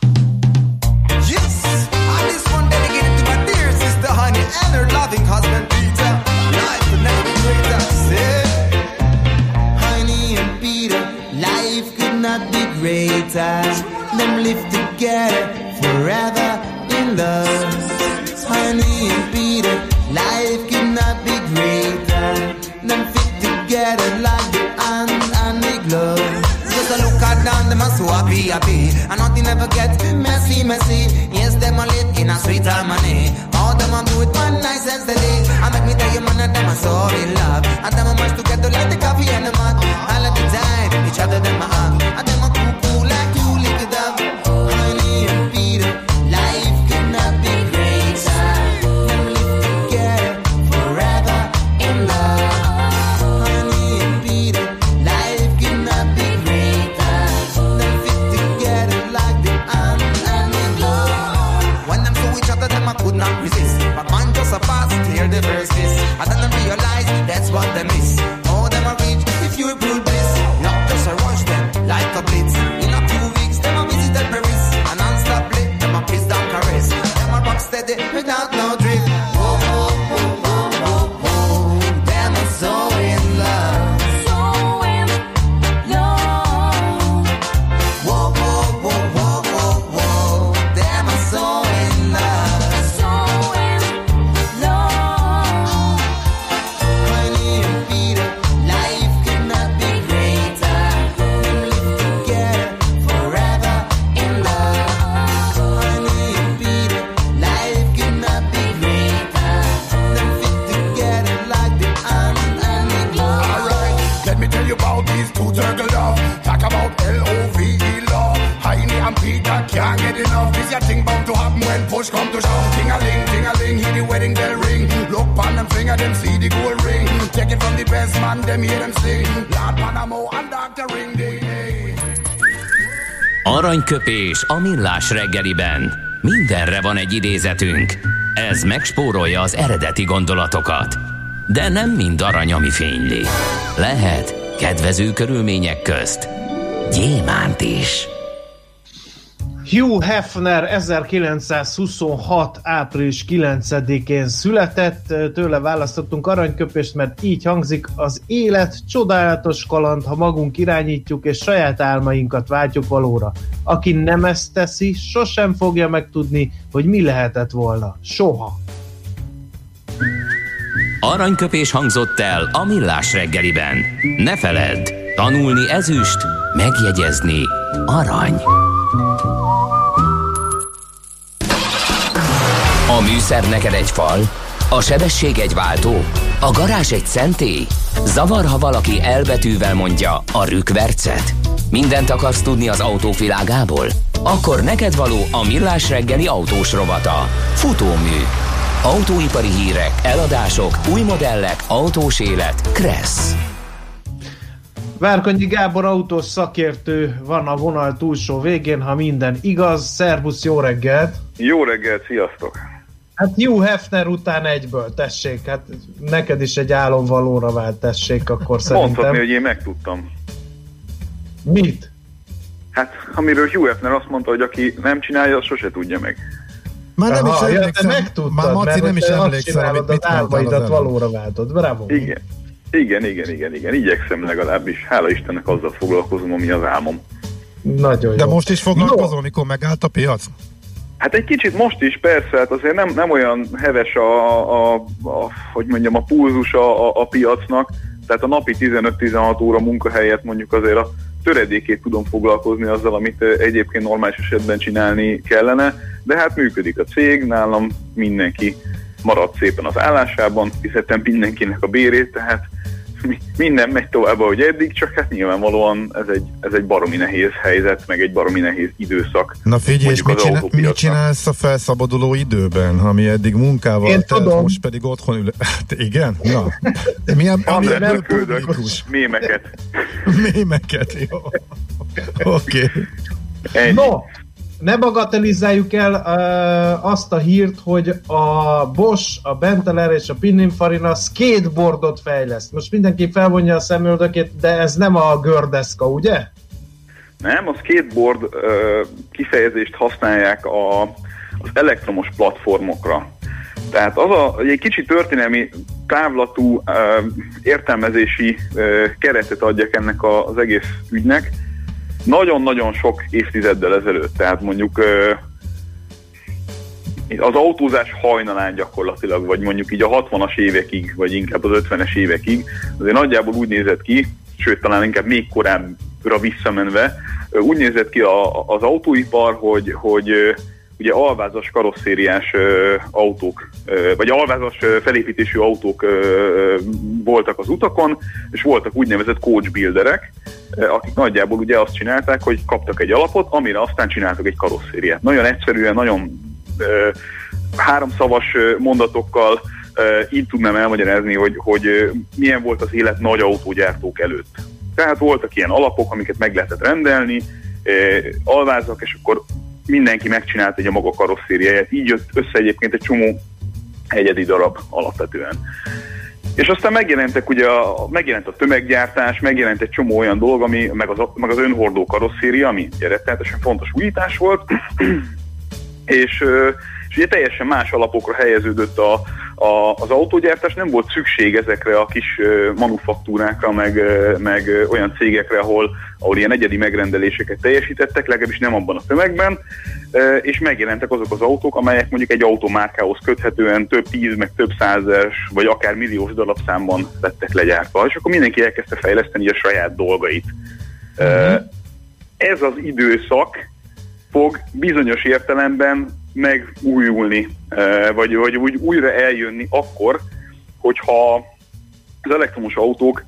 Them live together forever in love. Honey and Peter, life could not be greater. Them fit together like the hand and the glove. Just a look at them, them are so happy, happy. And nothing ever gets messy, messy. Yes, them are lit in a sweet harmony. All them are do it one night since the day. I make me tell you, man, that them are so in love. And them are much together like the coffee and the mud. All of the time, each other them are hug. And them are cool, cool like two liquid up. Honey and Peter, life could not be greater. Them live together forever in love. Aranyköpés a millás reggeliben. Mindenre van egy idézetünk. Ez megspórolja az eredeti gondolatokat. De nem mind arany, ami fényli. Lehet kedvező körülmények közt gyémánt is. Hugh Hefner ezerkilencszázhuszonhat. április kilencedikén született, tőle választottunk aranyköpést, mert így hangzik: az élet csodálatos kaland, ha magunk irányítjuk és saját álmainkat váltjuk valóra. Aki nem ezt teszi, sosem fogja megtudni, hogy mi lehetett volna. Soha. Aranyköpés hangzott el a millás reggeliben. Ne feledd, tanulni ezüst, megjegyezni arany. A műszer neked egy fal, a sebesség egy váltó, a garázs egy szentély. Zavar, ha valaki elbetűvel mondja a rükvercet. Mindent akarsz tudni az autóvilágából? Akkor neked való a millás reggeli autós rovata. Futómű. Autóipari hírek, eladások, új modellek, autós élet. Kressz. Várkonyi Gábor autós szakértő van a vonal túlsó végén, ha minden igaz. Szervusz, jó reggelt! Jó reggelt, sziasztok! Hát Hugh Hefner után egyből, tessék, hát neked is egy álom valóra vált, tessék, akkor szerintem. Mondhatni, hogy én megtudtam. Mit? Hát, amiről Hugh Hefner azt mondta, hogy aki nem csinálja, az sose tudja meg. Már nem Aha, is ja, emlékszem, megtudtad, már Maci nem is emlékszel, amit mit mondtál az valóra váltod, bravo. Igen. Igen, igen, igen, igen, igyekszem legalábbis. Hála Istennek azzal foglalkozom, ami az álmom. Nagyon jó. De most is foglalkozol, mikor megállt a piac? Hát egy kicsit most is, persze, hát azért nem, nem olyan heves a, a, a, hogy mondjam, a pulzus a, a, a piacnak, tehát a napi tizenöt-tizenhat óra munkahelyet mondjuk azért a töredékét tudom foglalkozni azzal, amit egyébként normális esetben csinálni kellene, de hát működik a cég, nálam mindenki marad szépen az állásában, fizettem mindenkinek a bérét, tehát minden megy tovább, ahogy eddig, csak hát nyilvánvalóan ez egy, ez egy baromi nehéz helyzet, meg egy baromi nehéz időszak. Na figyelj, és mit, csinál, mit csinálsz a felszabaduló időben, ami eddig munkával Én telt, tudom. Most pedig otthon ül... Hát igen? Na. De milyen, Andrásnak küldök mémeket. Mémeket, jó. Oké. Okay. No, ne bagatelizáljuk el uh, azt a hírt, hogy a Bosch, a Benteler és a Pininfarina skateboardot fejleszt. Most mindenki felvonja a szemöldökét, de ez nem a gördeszka, ugye? Nem, a skateboard uh, kifejezést használják a, az elektromos platformokra. Tehát az a, egy kicsi történelmi távlatú uh, értelmezési uh, keretet adjak ennek a, az egész ügynek. Nagyon-nagyon sok évtizeddel ezelőtt, tehát mondjuk az autózás hajnalán gyakorlatilag, vagy mondjuk így a hatvanas évekig, vagy inkább az ötvenes évekig, azért nagyjából úgy nézett ki, sőt talán inkább még korábbra visszamenve, úgy nézett ki a, az autóipar, hogy, hogy ugye alvázas karosszériás autók, vagy alvázas felépítésű autók voltak az utakon, és voltak úgynevezett coach builderek, akik nagyjából ugye azt csinálták, hogy kaptak egy alapot, amire aztán csináltak egy karosszériát. Nagyon egyszerűen, nagyon háromszavas mondatokkal így tudnám elmagyarázni, hogy, hogy milyen volt az élet nagy autógyártók előtt. Tehát voltak ilyen alapok, amiket meg lehetett rendelni, alvázak, és akkor mindenki megcsinált egy a maga karosszériáját. Így jött össze egyébként egy csomó egyedi darab alapvetően. És aztán megjelentek ugye a, megjelent a tömeggyártás, megjelent egy csomó olyan dolog, ami, meg, az, meg az önhordó karosszéria, ami rettenetesen fontos újítás volt, és, és ugye teljesen más alapokra helyeződött a, a, az autógyártás, nem volt szükség ezekre a kis manufaktúrákra, meg, meg olyan cégekre, ahol, ahol ilyen egyedi megrendeléseket teljesítettek, legalábbis nem abban a tömegben, és megjelentek azok az autók, amelyek mondjuk egy automárkához köthetően több tíz, meg több százes, vagy akár milliós darabszámban lettek legyártva, és akkor mindenki elkezdte fejleszteni a saját dolgait. Mm-hmm. Ez az időszak fog bizonyos értelemben megújulni, vagy, vagy úgy újra eljönni akkor, hogyha az elektromos autók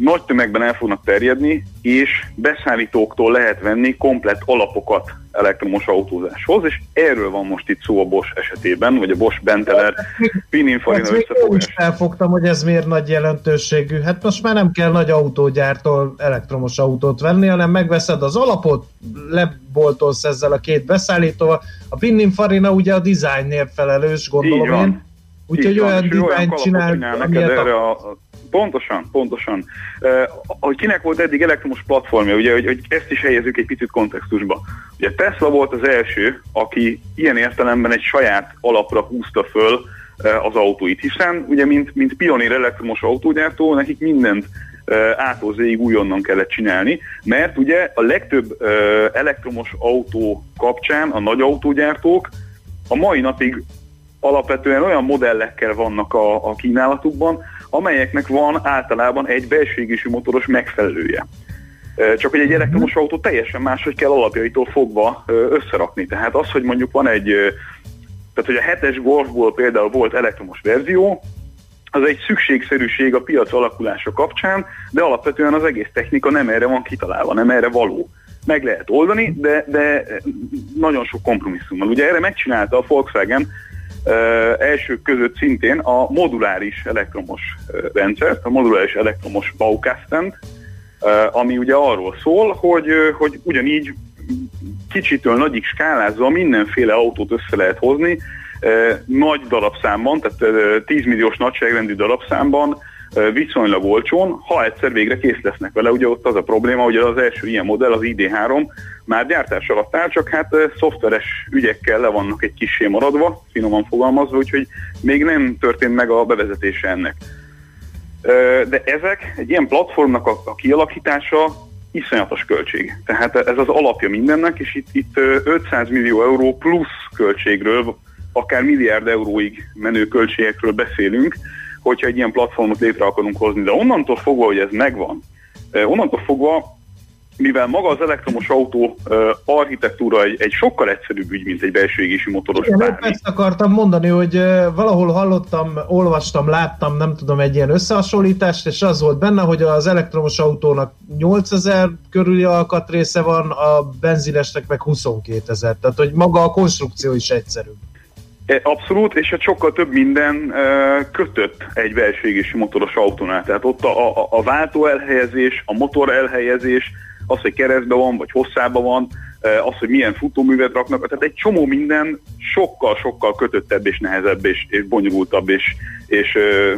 nagy tömegben el fognak terjedni, és beszállítóktól lehet venni komplett alapokat elektromos autózáshoz, és erről van most itt szó a Bosch esetében, vagy a Bosch Benteler Pininfarina összefogás. Én felfogtam, hogy ez miért nagy jelentőségű. Hát most már nem kell nagy autógyártól elektromos autót venni, hanem megveszed az alapot, leboltolsz ezzel a két beszállítóval. A Pininfarina ugye a designért felelős, gondolom én. Úgyhogy olyan dizájnt csinál, neked erre a... a Pontosan, pontosan. Uh, hogy kinek volt eddig elektromos platformja, ugye, hogy, hogy ezt is helyezzük egy picit kontextusba. Ugye Tesla volt az első, aki ilyen értelemben egy saját alapra húzta föl uh, az autóit, hiszen ugye mint, mint pionér elektromos autógyártó, nekik mindent uh, ától zéig újonnan kellett csinálni, mert ugye a legtöbb uh, elektromos autó kapcsán a nagy autógyártók a mai napig alapvetően olyan modellekkel vannak a, a kínálatukban, amelyeknek van általában egy belső égésű motoros megfelelője. Csak hogy egy elektromos autó teljesen máshogy kell alapjaitól fogva összerakni. Tehát az, hogy mondjuk van egy, tehát hogy a hetes Golfból például volt elektromos verzió, az egy szükségszerűség a piac alakulása kapcsán, de alapvetően az egész technika nem erre van kitalálva, nem erre való. Meg lehet oldani, de, de nagyon sok kompromisszummal. Ugye erre megcsinálta a Volkswagen Uh, elsők között szintén a moduláris elektromos uh, rendszert, a moduláris elektromos Baukastent, uh, ami ugye arról szól, hogy, uh, hogy ugyanígy kicsitől nagyig skálázva mindenféle autót össze lehet hozni, uh, nagy darabszámban, tehát uh, tíz milliós nagyságrendű darabszámban, uh, viszonylag olcsón, ha egyszer végre kész lesznek vele. Ugye ott az a probléma, hogy az első ilyen modell, az I D három, már gyártás alatt áll, csak hát uh, szoftveres ügyekkel le vannak egy kissé maradva, finoman fogalmazva, úgyhogy még nem történt meg a bevezetése ennek. Uh, de ezek, egy ilyen platformnak a, a kialakítása iszonyatos költség. Tehát ez az alapja mindennek, és itt, itt uh, ötszáz millió euró plusz költségről, akár milliárd euróig menő költségekről beszélünk, hogyha egy ilyen platformot létre akarunk hozni. De onnantól fogva, hogy ez megvan, uh, onnantól fogva, mivel maga az elektromos autó uh, architektúra egy, egy sokkal egyszerűbb ügy, mint egy belső égésű motoros bármi. Ezt akartam mondani, hogy uh, valahol hallottam, olvastam, láttam, nem tudom, egy ilyen összehasonlítást, és az volt benne, hogy az elektromos autónak nyolcezer körüli alkatrésze van, a benzinesnek meg huszonkétezer. Tehát, hogy maga a konstrukció is egyszerűbb. Abszolút, és hát sokkal több minden uh, kötött egy belső égésű motoros autónál. Tehát ott a, a, a váltó elhelyezés, a motor elhelyezés, az, hogy keresztben van, vagy hosszában van, az, hogy milyen futóművet raknak, tehát egy csomó minden sokkal-sokkal kötöttebb és nehezebb és, és bonyolultabb, és, és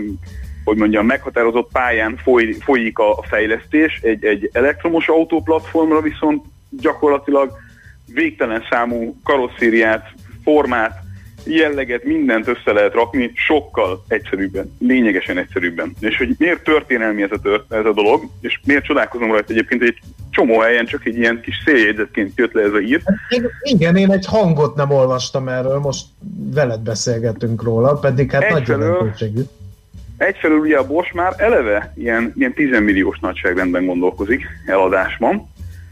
hogy mondjam, meghatározott pályán foly, folyik a fejlesztés. Egy, egy elektromos autóplatformra viszont gyakorlatilag végtelen számú karosszériát, formát, jelleget, mindent össze lehet rakni sokkal egyszerűbben, lényegesen egyszerűbben. És hogy miért történelmi ez a, tört, ez a dolog, és miért csodálkozom rajta egyébként, hogy egy csomó helyen csak egy ilyen kis széljegyzetként jött le ez a ír. Én, igen, én egy hangot nem olvastam erről, most veled beszélgetünk róla, pedig hát nagy jelentőségű. Egyfelől ugye a Bosch már eleve ilyen, ilyen tíz milliós nagyságrendben gondolkozik eladásban.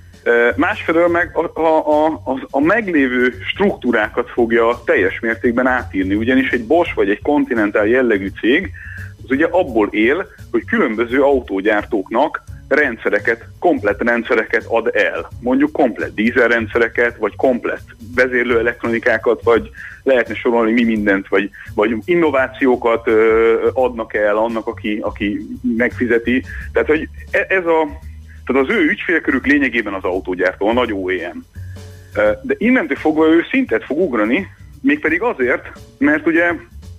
Másfelől meg a, a, a, a meglévő struktúrákat fogja teljes mértékben átírni, ugyanis egy Bosch vagy egy Continental jellegű cég az ugye abból él, hogy különböző autógyártóknak rendszereket, komplett rendszereket ad el. Mondjuk komplett dízelrendszereket, vagy komplett vezérlő elektronikákat, vagy lehetne sorolni mi mindent, vagy, vagy innovációkat ö, adnak el annak, aki, aki megfizeti. Tehát, hogy ez a Tehát az ő ügyfélkörük lényegében az autógyártó, a nagy o é em. De innentől fogva ő szintet fog ugrani, mégpedig azért, mert ugye,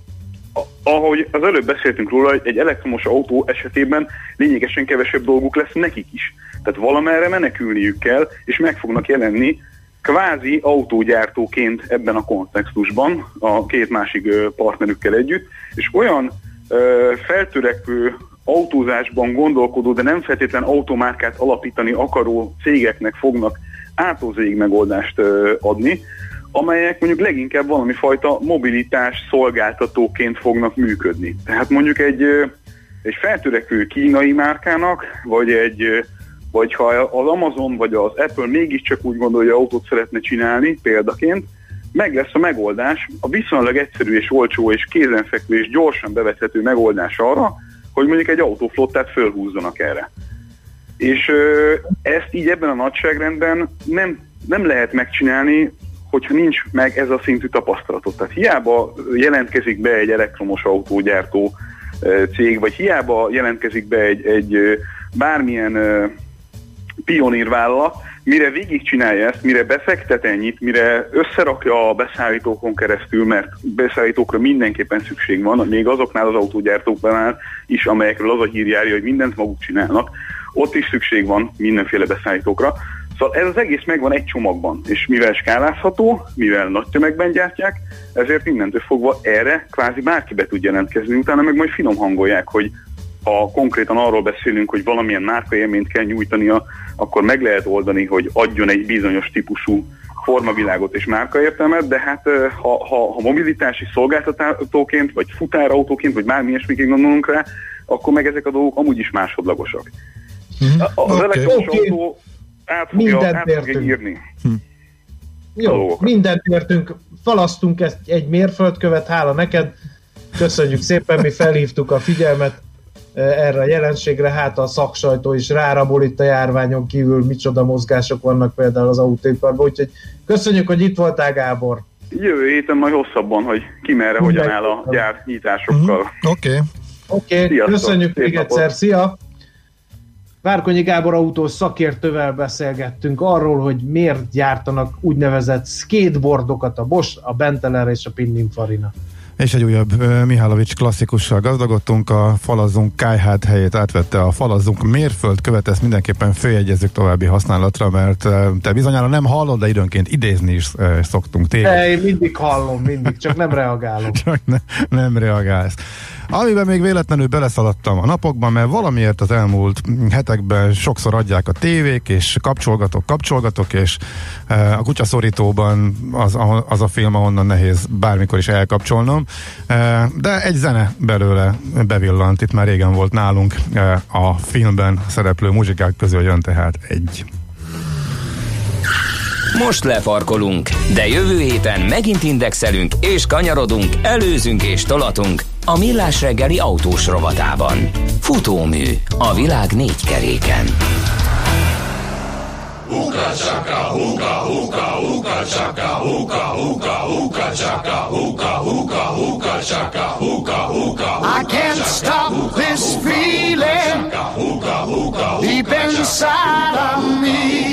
ahogy az előbb beszéltünk róla, egy elektromos autó esetében lényegesen kevesebb dolguk lesz nekik is. Tehát valamerre menekülniük kell, és meg fognak jelenni kvázi autógyártóként ebben a kontextusban, a két másik partnerükkel együtt, és olyan feltörekvő autózásban gondolkodó, de nem feltétlen automárkát alapítani akaró cégeknek fognak átozéig megoldást adni, amelyek mondjuk leginkább valami fajta mobilitás szolgáltatóként fognak működni. Tehát mondjuk egy, egy feltörekvő kínai márkának, vagy egy vagy ha az Amazon vagy az Apple mégiscsak úgy gondolja, hogy autót szeretne csinálni példaként, meg lesz a megoldás, a viszonylag egyszerű és olcsó és kézenfekvő és gyorsan bevethető megoldás arra, hogy mondjuk egy autóflottát fölhúzzanak erre. És ö, ezt így ebben a nagyságrendben nem, nem lehet megcsinálni, hogyha nincs meg ez a szintű tapasztalatot. Tehát hiába jelentkezik be egy elektromos autógyártó ö, cég, vagy hiába jelentkezik be egy, egy ö, bármilyen ö, pionírvállalat, mire végigcsinálja ezt, mire befektet ennyit, mire összerakja a beszállítókon keresztül, mert beszállítókra mindenképpen szükség van, még azoknál az autógyártóknál is, amelyekről az a hír járja, hogy mindent maguk csinálnak, ott is szükség van mindenféle beszállítókra. Szóval ez az egész megvan egy csomagban, és mivel skálázható, mivel nagy tömegben gyártják, ezért mindentől fogva erre kvázi bárki be tud jelentkezni, utána meg majd finom hangolják, hogy ha konkrétan arról beszélünk, hogy valamilyen márkaélményt kell nyújtania, akkor meg lehet oldani, hogy adjon egy bizonyos típusú formavilágot és márkaértelmet, de hát ha, ha, ha mobilitási szolgáltatóként, vagy futárautóként, vagy bármi ilyesmiként gondolunk rá, akkor meg ezek a dolgok amúgy is másodlagosak. Mm-hmm. Az okay. elektromos okay. autó át fogja, át fogja írni. Hm. Jó, mindent értünk, falasztunk ezt egy mérföldkövet, hála neked, köszönjük szépen, mi felhívtuk a figyelmet erre a jelenségre, hát a szaksajtó is rárabol itt a járványon kívül, micsoda mozgások vannak például az autóiparban, úgyhogy köszönjük, hogy itt voltál, Gábor. Jövő héten majd hosszabban, hogy ki merre, hogyan áll a gyár nyitásokkal. Mm-hmm. Oké. Okay. Oké, okay. Köszönjük még egyszer, szia! Várkonyi Gábor autós szakértővel beszélgettünk arról, hogy miért gyártanak úgynevezett skateboardokat a Bosch, a Benteler és a Pininfarina. És egy újabb uh, Mihálovics klasszikussal gazdagodtunk, a Falazzunk kájhát helyét átvette a Falazzunk mérföldkövet, ezt mindenképpen följegyezzük további használatra, mert uh, te bizonyára nem hallod, de időnként idézni is uh, szoktunk téged. Én mindig hallom, mindig, csak nem reagálok. Csak ne, nem reagálsz. Amiben még véletlenül beleszaladtam a napokban, mert valamiért az elmúlt hetekben sokszor adják a tévék, és kapcsolgatok, kapcsolgatok, és uh, a kutyaszorítóban az, az a film, ahonnan nehéz bármikor is elkapcsolnom. Uh, de egy zene belőle bevillant, itt már régen volt nálunk, uh, a filmben szereplő muzsikák közül jön tehát egy. Most lefarkolunk, de jövő héten megint indexelünk és kanyarodunk, előzünk és tolatunk a Millás reggeli autós rovatában. Futómű a világ négy keréken. Uka chaka, uka, uka, uka chaka, uka, uka, uka chaka, uka, uka, uka chaka, uka, uka. I can't stop this feeling deep inside of me.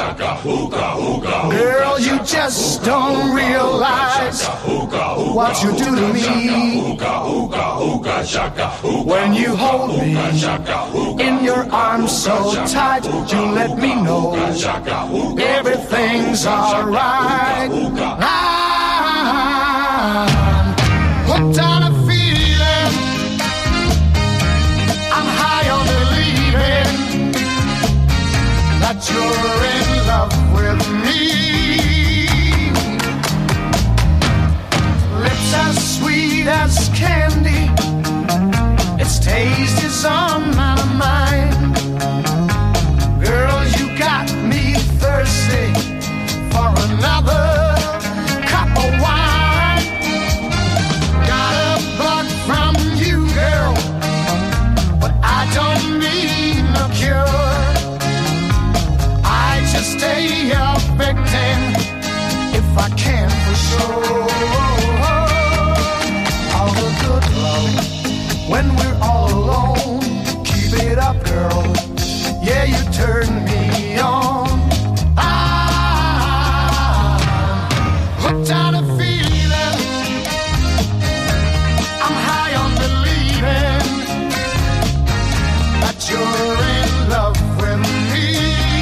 Girl, you just don't realize what you do to me. When you hold me in your arms so tight, you let me know everything's alright. I'm hooked on a feeling, I'm high on believing that you're in love with me. Lips as sweet as candy, its taste is on my mind. Girl, you got me thirsty for another cup of wine. Got a bug from you, girl, but I don't need no cure. I just stay a victim if I can for sure. All the good love when we're all alone. Keep it up, girl. Yeah, you turn me on. I'm hooked on a feeling, I'm high on believing that you're in love with me.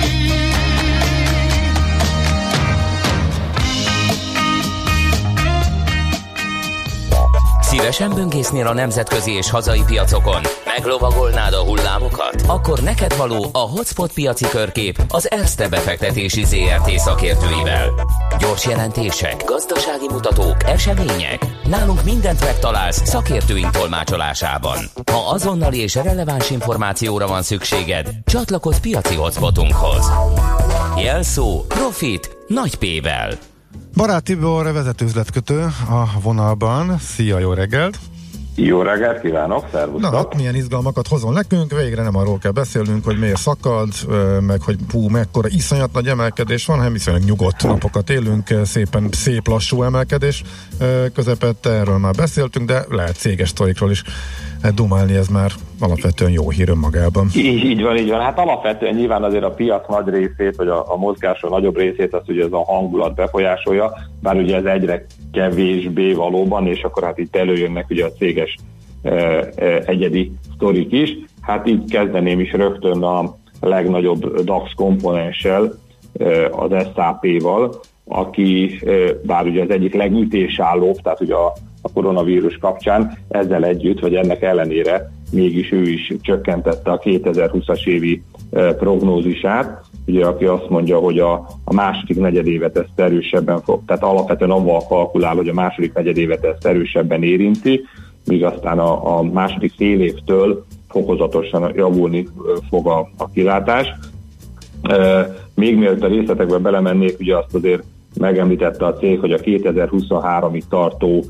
Szívesen böngésznél a nemzetközi és hazai piacokon? Meglovagolnád a hullámokat? Akkor neked való a Hotspot piaci körkép az Erste befektetési zé er té szakértőivel. Gyors jelentések, gazdasági mutatók, események. Nálunk mindent megtalálsz szakértőink tolmácsolásában. Ha azonnali és releváns információra van szükséged, csatlakozz piaci hotspotunkhoz. Jelszó Profit nagy P-vel. Barát Tibor, vezetőüzletkötő a vonalban. Szia, jó reggelt! Jó reggelt kívánok, szervusztok! Na hát milyen izgalmakat hozon nekünk, végre nem arról kell beszélnünk, hogy miért szakad, meg hogy hú, mekkora iszonyat nagy emelkedés van, hanem viszonylag nyugodt napokat élünk, szépen szép lassú emelkedés közepette, erről már beszéltünk, de lehet céges sztorikról is dumálni, ez már alapvetően jó hír önmagában. Így, így van, így van. Hát alapvetően nyilván azért a piac nagy részét, vagy a, a mozgáson nagyobb részét azt ugye ez a hangulat befolyásolja, bár ugye ez egyre kevésbé valóban, és akkor hát itt előjönnek ugye a céges e, e, egyedi sztorik is. Hát így kezdeném is rögtön a legnagyobb DAX komponenssel, e, az es á pé-val, aki e, bár ugye az egyik legütésállóbb, tehát ugye a a koronavírus kapcsán, ezzel együtt, vagy ennek ellenére mégis ő is csökkentette a kétezer-húszas évi e, prognózisát, ugye aki azt mondja, hogy a, a második negyedévet ezt erősebben fog, tehát alapvetően avval kalkulál, hogy a második negyedévet ezt erősebben érinti, míg aztán a, a második fél évtől fokozatosan javulni fog a, a kilátás. E, még mielőtt a részletekbe belemennék, ugye azt azért megemlítette a cég, hogy a kétezer-huszonháromig tartó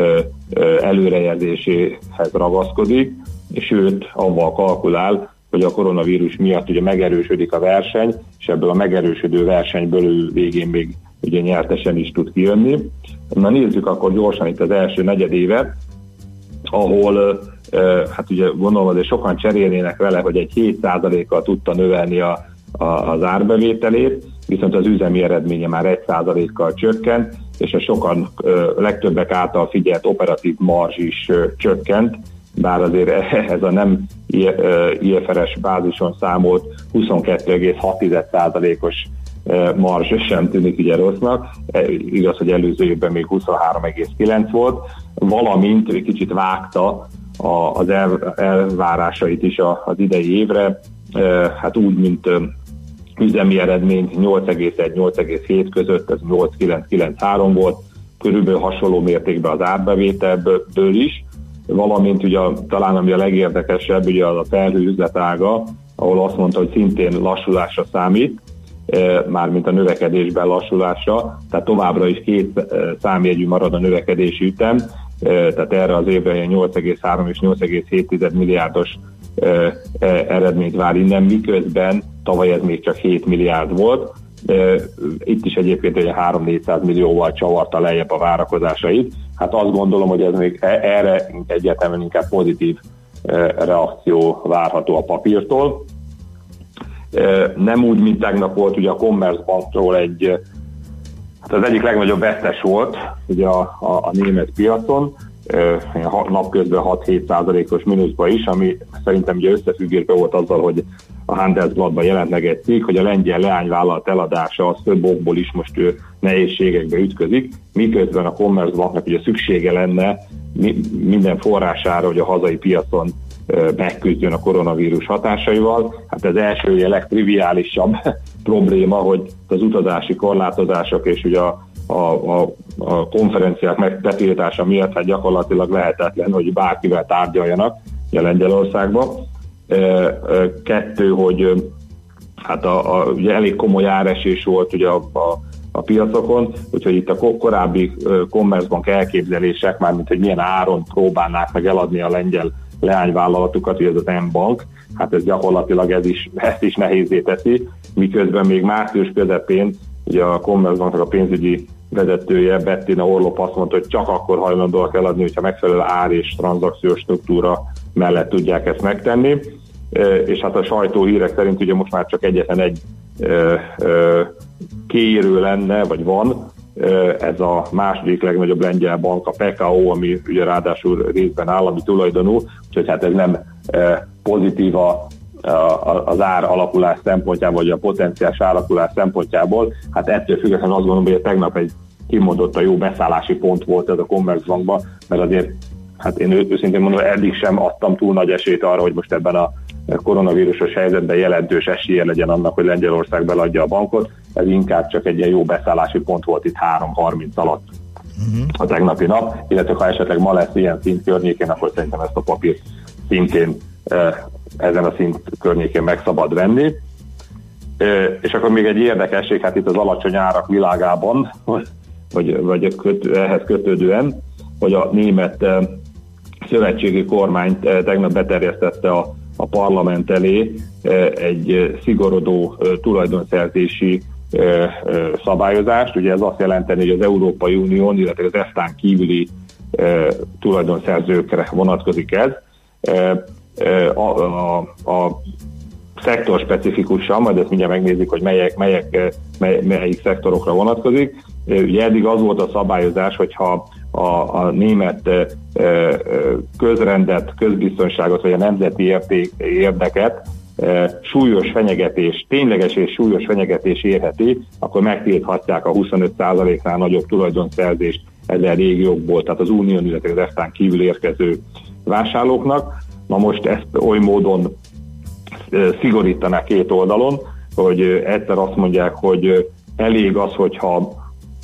előrejelzéséhez ragaszkodik, és őt avval kalkulál, hogy a koronavírus miatt ugye megerősödik a verseny, és ebből a megerősödő versenyből ő végén még ugye nyertesen is tud kijönni. Na nézzük akkor gyorsan itt az első negyedévet, ahol hát ugye gondolom azért sokan cserélnének vele, hogy egy hét százalékkal tudta növelni a, a, az árbevételét, viszont az üzemi eredménye már egy százalékkal csökkent, és a sokan legtöbbek által figyelt operatív marzs is csökkent, bár azért ez a nem i ef er es bázison számolt huszonkettő egész hat százalékos marzs sem tűnik ugye rossznak, igaz, hogy előző évben még huszonhárom egész kilenc volt, valamint kicsit vágta az elvárásait is az idei évre, hát úgy, mint üzemi eredmény nyolc egész egy nyolc egész hét között, ez nyolc kilenc kilenc három volt, körülbelül hasonló mértékben az árbevételből is, valamint ugye talán ami a legérdekesebb, ugye az a felhő üzletága, ahol azt mondta, hogy szintén lassulásra számít, mármint a növekedésben lassulásra, tehát továbbra is két számjegyű marad a növekedési ütem, tehát erre az évre nyolc egész három és nyolc egész hét milliárdos eredményt vár innen, miközben tavaly ez még csak hét milliárd volt. Itt is egyébként egy három-négyszáz millióval csavarta lejjebb a várakozásait. Hát azt gondolom, hogy ez még erre egyértelműen inkább pozitív reakció várható a papírtól. Nem úgy, mint tegnap volt, ugye a Commerzbankról egy, hát az egyik legnagyobb vesztes volt ugye a, a, a német piacon, napközben hat-hét százalékos mínuszba is, ami szerintem ugye összefüggésben volt azzal, hogy a Handelsblattban jelent meg egy cikk, hogy a lengyel leányvállalat eladása az több okból is most ő nehézségekbe ütközik, miközben a Commerzbanknak ugye szüksége lenne minden forrására, hogy a hazai piacon megküzdjön a koronavírus hatásaival. Hát ez első, ugye legtriviálisabb probléma, hogy az utazási korlátozások és ugye a A, a, a konferenciák megbetiltása miatt hát gyakorlatilag lehetetlen, hogy bárkivel tárgyaljanak a Lengyelországban. E, e, kettő, hogy hát a, a, ugye elég komoly áresés volt ugye a, a, a piacokon, úgyhogy itt a korábbi Commerzbank elképzelések, mármint hogy milyen áron próbálnák meg eladni a lengyel leányvállalatukat, ugye ez az M-bank, hát ez gyakorlatilag ez is, ezt is nehézé teszi, miközben még március közepén ugye a Commerzbanknak a pénzügyi vezetője, Bettina Orlop azt mondta, hogy csak akkor hajlandóak eladni, hogyha megfelelő ár és tranzakciós struktúra mellett tudják ezt megtenni. És hát a sajtóhírek szerint ugye most már csak egyetlen egy kiérő lenne, vagy van, ez a második legnagyobb lengyel bank, a pé ká o, ami ugye ráadásul részben állami tulajdonú, úgyhogy hát ez nem pozitív a az ár alakulás szempontjából, vagy a potenciális alakulás szempontjából, hát ettől függetlenül azt gondolom, hogy tegnap egy kimondottan jó beszállási pont volt ez a Commerzbankban, mert azért, hát én őszintén mondom, eddig sem adtam túl nagy esélyt arra, hogy most ebben a koronavírusos helyzetben jelentős esélye legyen annak, hogy Lengyelország beladja a bankot, ez inkább csak egy ilyen jó beszállási pont volt itt három harminc alatt uh-huh. a tegnapi nap, illetve ha esetleg ma lesz ilyen szint környékén, akkor szerintem ezt a papírt szintén ezen a szint környékén meg szabad venni. És akkor még egy érdekesség, hát itt az alacsony árak világában, vagy, vagy köt, ehhez kötődően, hogy a német szövetségi kormány tegnap beterjesztette a, a parlament elé egy szigorodó tulajdonszerzési szabályozást. Ugye ez azt jelenteni, hogy az Európai Unión, illetve az EFTA-n kívüli tulajdonszerzőkre vonatkozik ez. A, a, a szektor specifikusan, majd ezt mindjárt megnézik, hogy melyek, melyek, mely, melyik szektorokra vonatkozik. Ugye eddig az volt a szabályozás, hogyha a, a német közrendet, közbiztonságot, vagy a nemzeti érték, érdeket súlyos fenyegetés, tényleges és súlyos fenyegetés érheti, akkor megtilthatják a huszonöt százaléknál nagyobb tulajdonszerzést ezen régiókból, tehát az Unión, illetve az EFTA-n kívül érkező vásárlóknak. Na most ezt oly módon szigorítaná két oldalon, hogy egyszer azt mondják, hogy elég az, hogyha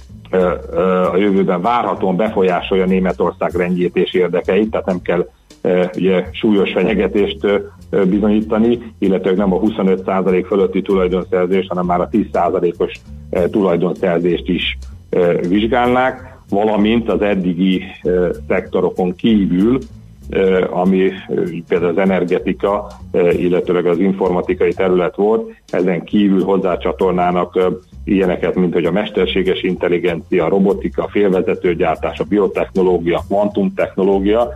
a jövőben várhatóan befolyásolja Németország rendjét és érdekeit, tehát nem kell ugye, súlyos fenyegetést bizonyítani, illetve nem a huszonöt százalék fölötti tulajdonszerzést, hanem már a tíz százalékos tulajdonszerzést is vizsgálnák, valamint az eddigi szektorokon kívül, ami például az energetika, illetve az informatikai terület volt, ezen kívül hozzácsatornának ilyeneket, mint hogy a mesterséges intelligencia, a robotika, a félvezetőgyártás, a biotechnológia, a kvantumtechnológia.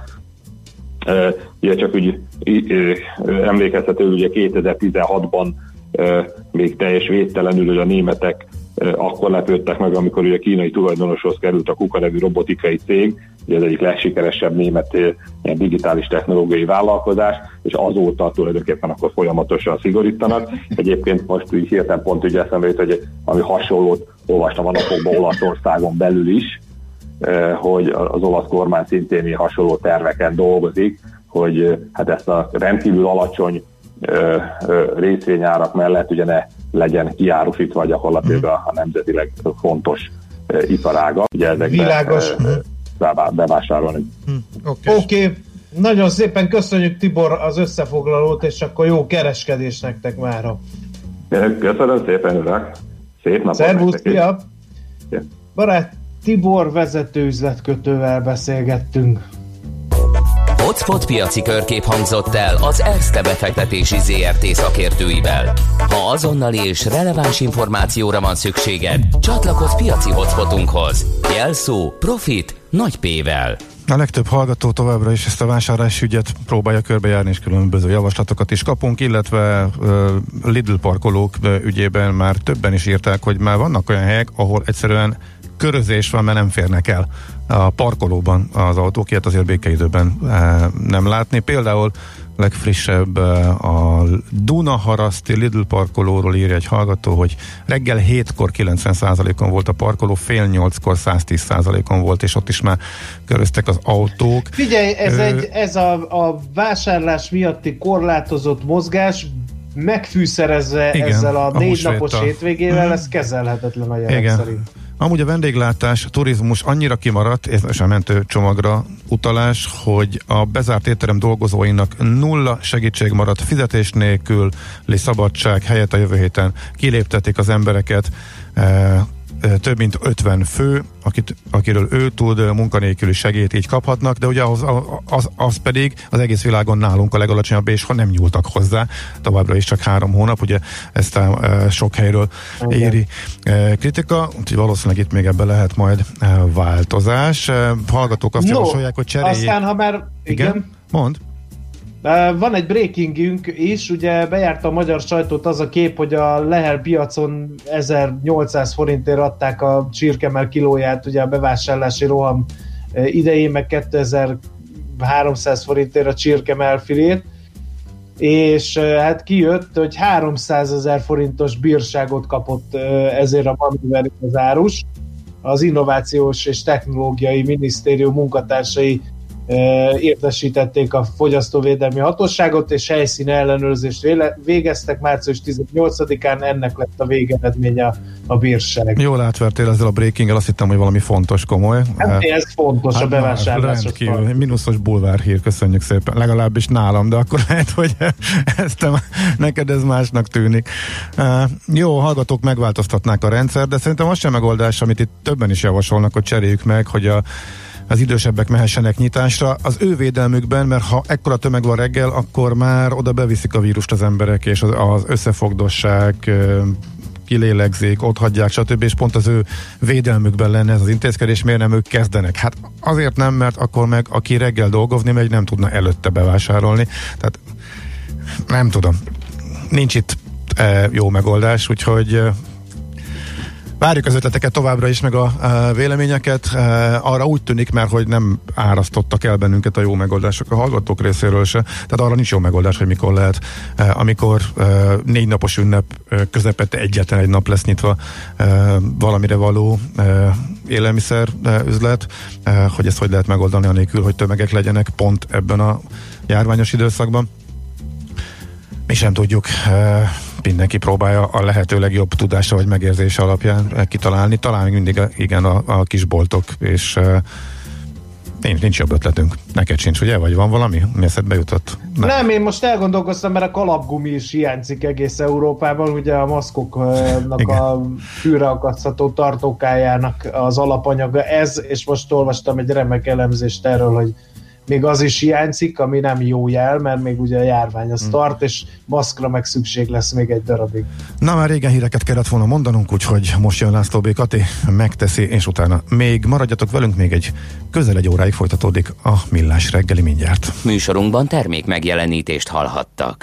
Ugye csak úgy emlékezhető, ugye kétezer-tizenhatban még teljes védtelenül, hogy a németek akkor lepődtek meg, amikor ugye a kínai tulajdonoshoz került a KUKA nevű robotikai cég, ugye ez egyik legsikeresebb német ilyen digitális technológiai vállalkozás, és azóta tulajdonképpen akkor folyamatosan szigorítanak. Egyébként most úgy hirtelen pont ugye eszembe jut, hogy ami hasonlót olvastam a napokban Olaszországon belül is, hogy az olasz kormány szintén hasonló terveken dolgozik, hogy hát ezt a rendkívül alacsony részvényárak mellett ugye ne legyen kiárusítva gyakorlatilag a, a nemzetileg fontos uh, iparága. Ugye ezekben Világos. Uh, bevásárolni. Oké. Okay. Okay. Nagyon szépen köszönjük, Tibor, az összefoglalót, és akkor jó kereskedés nektek mára. Köszönöm szépen, urak. Szép napot. Szervusz, szia! Barát Tibor vezető üzletkötővel beszélgettünk. Hotspot piaci körkép hangzott el az Erste befektetési zé er té szakértőivel. Ha azonnali és releváns információra van szükséged, csatlakozz piaci hotspotunkhoz. Jelszó Profit nagy P-vel. A legtöbb hallgató továbbra is ezt a vásárlási ügyet próbálja körbejárni, és különböző javaslatokat is kapunk, illetve uh, Lidl parkolók ügyében már többen is írták, hogy már vannak olyan helyek, ahol egyszerűen körözés van, mert nem férnek el a parkolóban az autók, ilyet azért békeidőben e, nem látni. Például legfrissebb e, a Dunaharaszti Lidl parkolóról írja egy hallgató, hogy reggel hétkor kilencven százalékon volt a parkoló, fél nyolckor száztíz százalékon volt, és ott is már köröztek az autók. Figyelj, ez, Ö... egy, ez a, a vásárlás miatti korlátozott mozgás megfűszerezve Igen, ezzel a, a négy húsvéttal. Napos hétvégével, mm. ez kezelhetetlen a jelek Igen. szerint. Amúgy a vendéglátás, turizmus annyira kimaradt, és a mentőcsomagra utalás, hogy a bezárt étterem dolgozóinak nulla segítség maradt, fizetés nélküli szabadság helyett a jövő héten kiléptetik az embereket, e, több mint ötven fő, akit, akiről ő tud, munkanélküli segélyt így kaphatnak, de ugye az, az, az pedig az egész világon nálunk a legalacsonyabb, és ha nem nyúltak hozzá, továbbra is csak három hónap, ugye ezt a e, sok helyről éri e, kritika, úgyhogy valószínűleg itt még ebben lehet majd e, változás. E, hallgatók azt no, javasolják, hogy cseréljék. Aztán, ha már... Igen? igen? Mondd. Van egy breakingünk is, ugye bejárta a magyar sajtót az a kép, hogy a Lehel piacon ezernyolcszáz forintért adták a csirkemell kilóját, ugye a bevásárlási roham idején, meg kétezer-háromszáz forintért a csirkemell filét, és hát kijött, hogy háromszázezer forintos bírságot kapott ezért a manőverért az árus. Az Innovációs és Technológiai Minisztérium munkatársai értesítették a fogyasztóvédelmi hatóságot, és helyszíni ellenőrzést végeztek március tizennyolcadikán, ennek lett a végeredménye a, a bírság. Jól átvertél ezzel a breakinggel, azt hittem, hogy valami fontos, komoly. Hát ez fontos hát a bevásárlásokban. Minuszos bulvárhír, köszönjük szépen, legalábbis nálam, de akkor lehet, hogy ezt neked ez másnak tűnik. Uh, jó, hallgatók megváltoztatnák a rendszer, de szerintem az sem megoldás, amit itt többen is javasolnak, hogy cseréljük meg, hogy a az idősebbek mehessenek nyitásra. Az ő védelmükben, mert ha ekkora tömeg van reggel, akkor már oda beviszik a vírust az emberek, és az, az összefogdosság, kilélegzik, ott hagyják, stb. És pont az ő védelmükben lenne ez az intézkedés, miért nem ők kezdenek? Hát azért nem, mert akkor meg aki reggel dolgozni megy, nem tudna előtte bevásárolni. Tehát nem tudom. Nincs itt e, jó megoldás, úgyhogy e, várjuk az ötleteket továbbra is, meg a e, véleményeket. E, arra úgy tűnik, mert hogy nem árasztottak el bennünket a jó megoldások a hallgatók részéről se. Tehát arra nincs jó megoldás, hogy mikor lehet. E, amikor e, négy napos ünnep e, közepette egyetlen egy nap lesz nyitva e, valamire való e, élelmiszer e, üzlet, e, hogy ezt hogy lehet megoldani anélkül, hogy tömegek legyenek pont ebben a járványos időszakban. Mi sem tudjuk, mindenki próbálja a lehető legjobb tudása vagy megérzése alapján kitalálni. Talán még mindig igen a, a kisboltok, és nincs, nincs jobb ötletünk. Neked sincs, ugye? Vagy van valami, mi eszedbe jutott? Nem. Nem, én most elgondolkoztam, mert a kalapgumi is hiányzik egész Európában, ugye a maszkoknak igen. A fűreakasztható tartókájának az alapanyaga ez, és most olvastam egy remek elemzést erről, hogy még az is hiányzik, ami nem jó jel, mert még ugye a járvány az hmm. tart, és maszkra meg szükség lesz még egy darabig. Na már régen híreket kellett volna mondanunk, úgyhogy most jön László B. Kati, megteszi, és utána még maradjatok velünk, még egy közel egy óráig folytatódik a Millás reggeli mindjárt. Műsorunkban termék megjelenítést hallhattak.